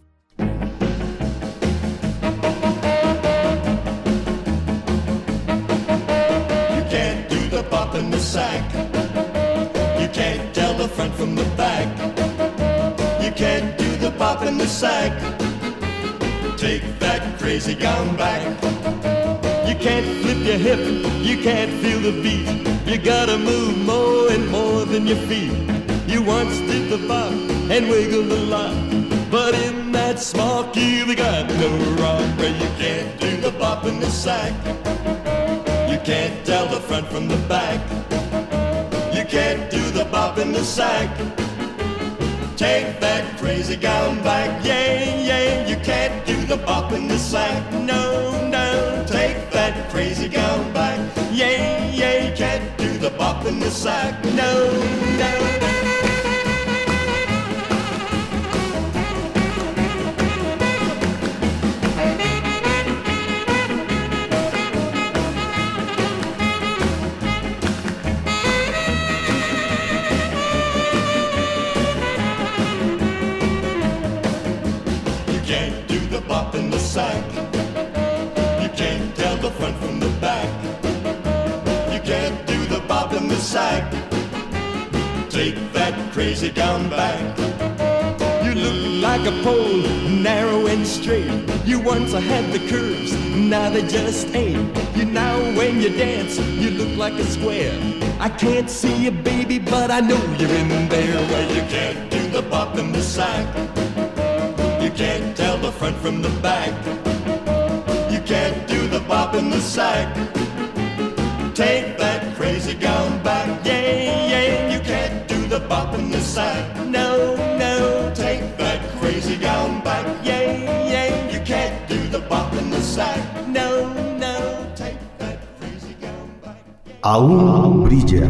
Bop in the sack. You can't tell the front from the back. You can't do the bop in the sack. Take that crazy gown back. You can't flip your hip, you can't feel the beat. You gotta move more and more than your feet. You once did the bop and wiggled a lot, but in that small key we got no rock. Where you can't do the bop in the sack. You can't tell the front from the back. You can't do the bop in the sack. Take that crazy gown back. Yeah, yeah, you can't do the bop in the sack. No, no, take that crazy gown back. Yeah, yeah, you can't do the bop in the sack. No, no. Sack. You can't tell the front from the back. You can't do the bop in the sack. Take that crazy gown back. You look like a pole, narrow and straight. You once had the curves, now they just ain't. You now when you dance, you look like a square. I can't see you, baby, but I know you're in there. Well, you can't do the bop in the sack. You can't tell the front from the back. You can't do the bop in the sack. Take that crazy gown back. Yeah, yeah, you can't do the bop in the sack. No, no, take that crazy gown back. Yeah, yeah, you can't do the bop in the sack. No, no, take that crazy gown back. Aún brilla.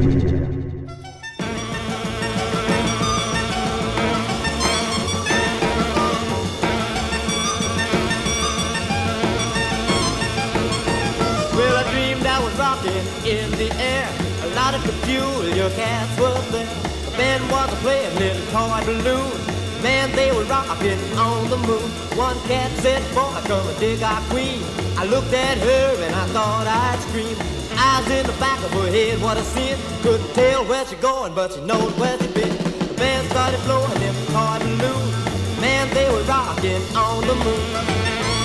In the air, a lot of peculiar cats were there. The band was playing little toy balloons. Man, they were rocking on the moon. One cat said, boy, come and dig our queen. I looked at her and I thought I'd scream. Eyes in the back of her head, what a sin. Couldn't tell where she going, but she knows where she been. The band started blowing them toy balloons. Man, they were rocking on the moon.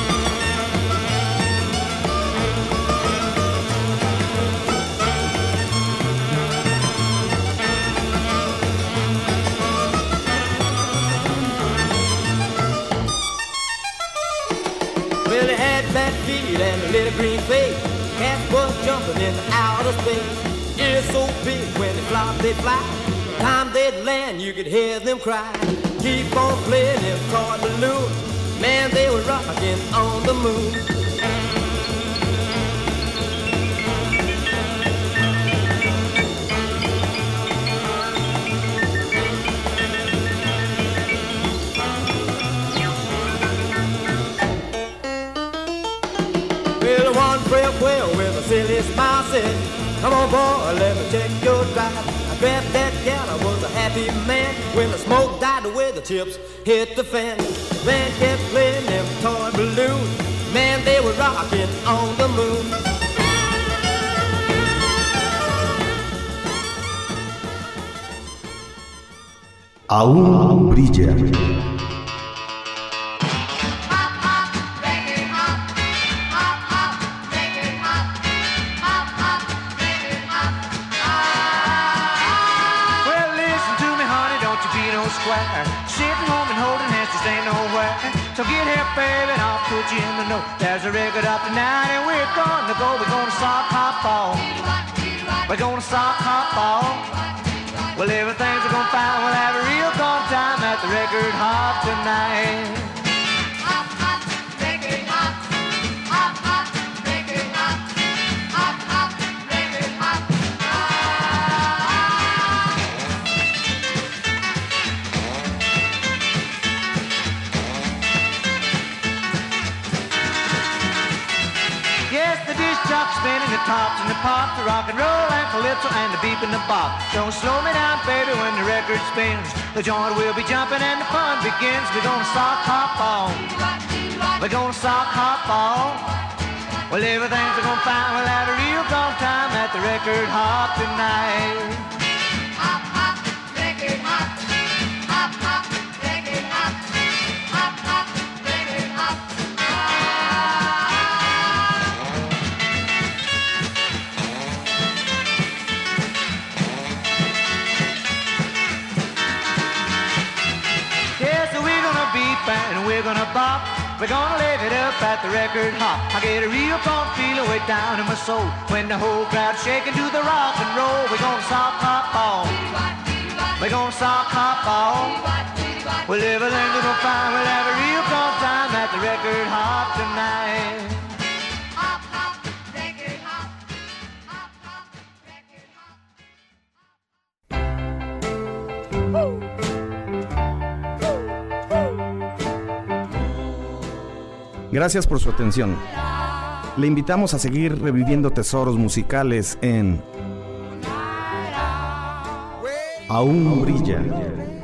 Fat feet and a little green face. Cats was jumping in outer space. Ears so big when they flop, they fly. Time they'd land, you could hear them cry. Keep on playing them toy balloons. Man, they were rocking on the moon. Well, with a silly smile said, come on boy, let me check your drive. I grabbed that gal, I was a happy man. When the smoke died away, the chips hit the fan. The band kept playing them toy balloons. Man, they were rocking on the moon. Aún brilla. anywhere. Sitting home and holding hands just ain't nowhere. So get here, baby, and I'll put you in the know. There's a record up tonight, and we're gonna go. We're gonna sock hop ball. We're gonna sock hop ball. Well, everything's gonna fine. We'll have a real good time at the record hop tonight. Hop, hop, record hop. Hop, hop, record hop. Hop, hop, record hop. Yes, the disc jockey spinning the tops and the pops, the rock and roll and calypso and the beep and the bop. Don't slow me down, baby, when the record spins. The joint will be jumping and the fun begins. We're gonna sock hop on. We're gonna sock hop on. Well, everything's gonna fine. We'll have a real good time at the record hop tonight. Hop, hop, record hop. Hop, hop, record hop. Hop, hop, record hop. Yeah, so we're gonna beat and we're gonna bop. We're gonna live it up at the record hop. I get a real fun feeling way down in my soul when the whole crowd's shaking to the rock and roll. We're gonna sock hop ball. We're gonna sock hop ball. Well, everything's gonna fine. We'll have a real fun time at the record hop tonight. Hop, hop, record hop. Hop, hop, record hop. Gracias por su atención. Le invitamos a seguir reviviendo tesoros musicales en Aún Brilla.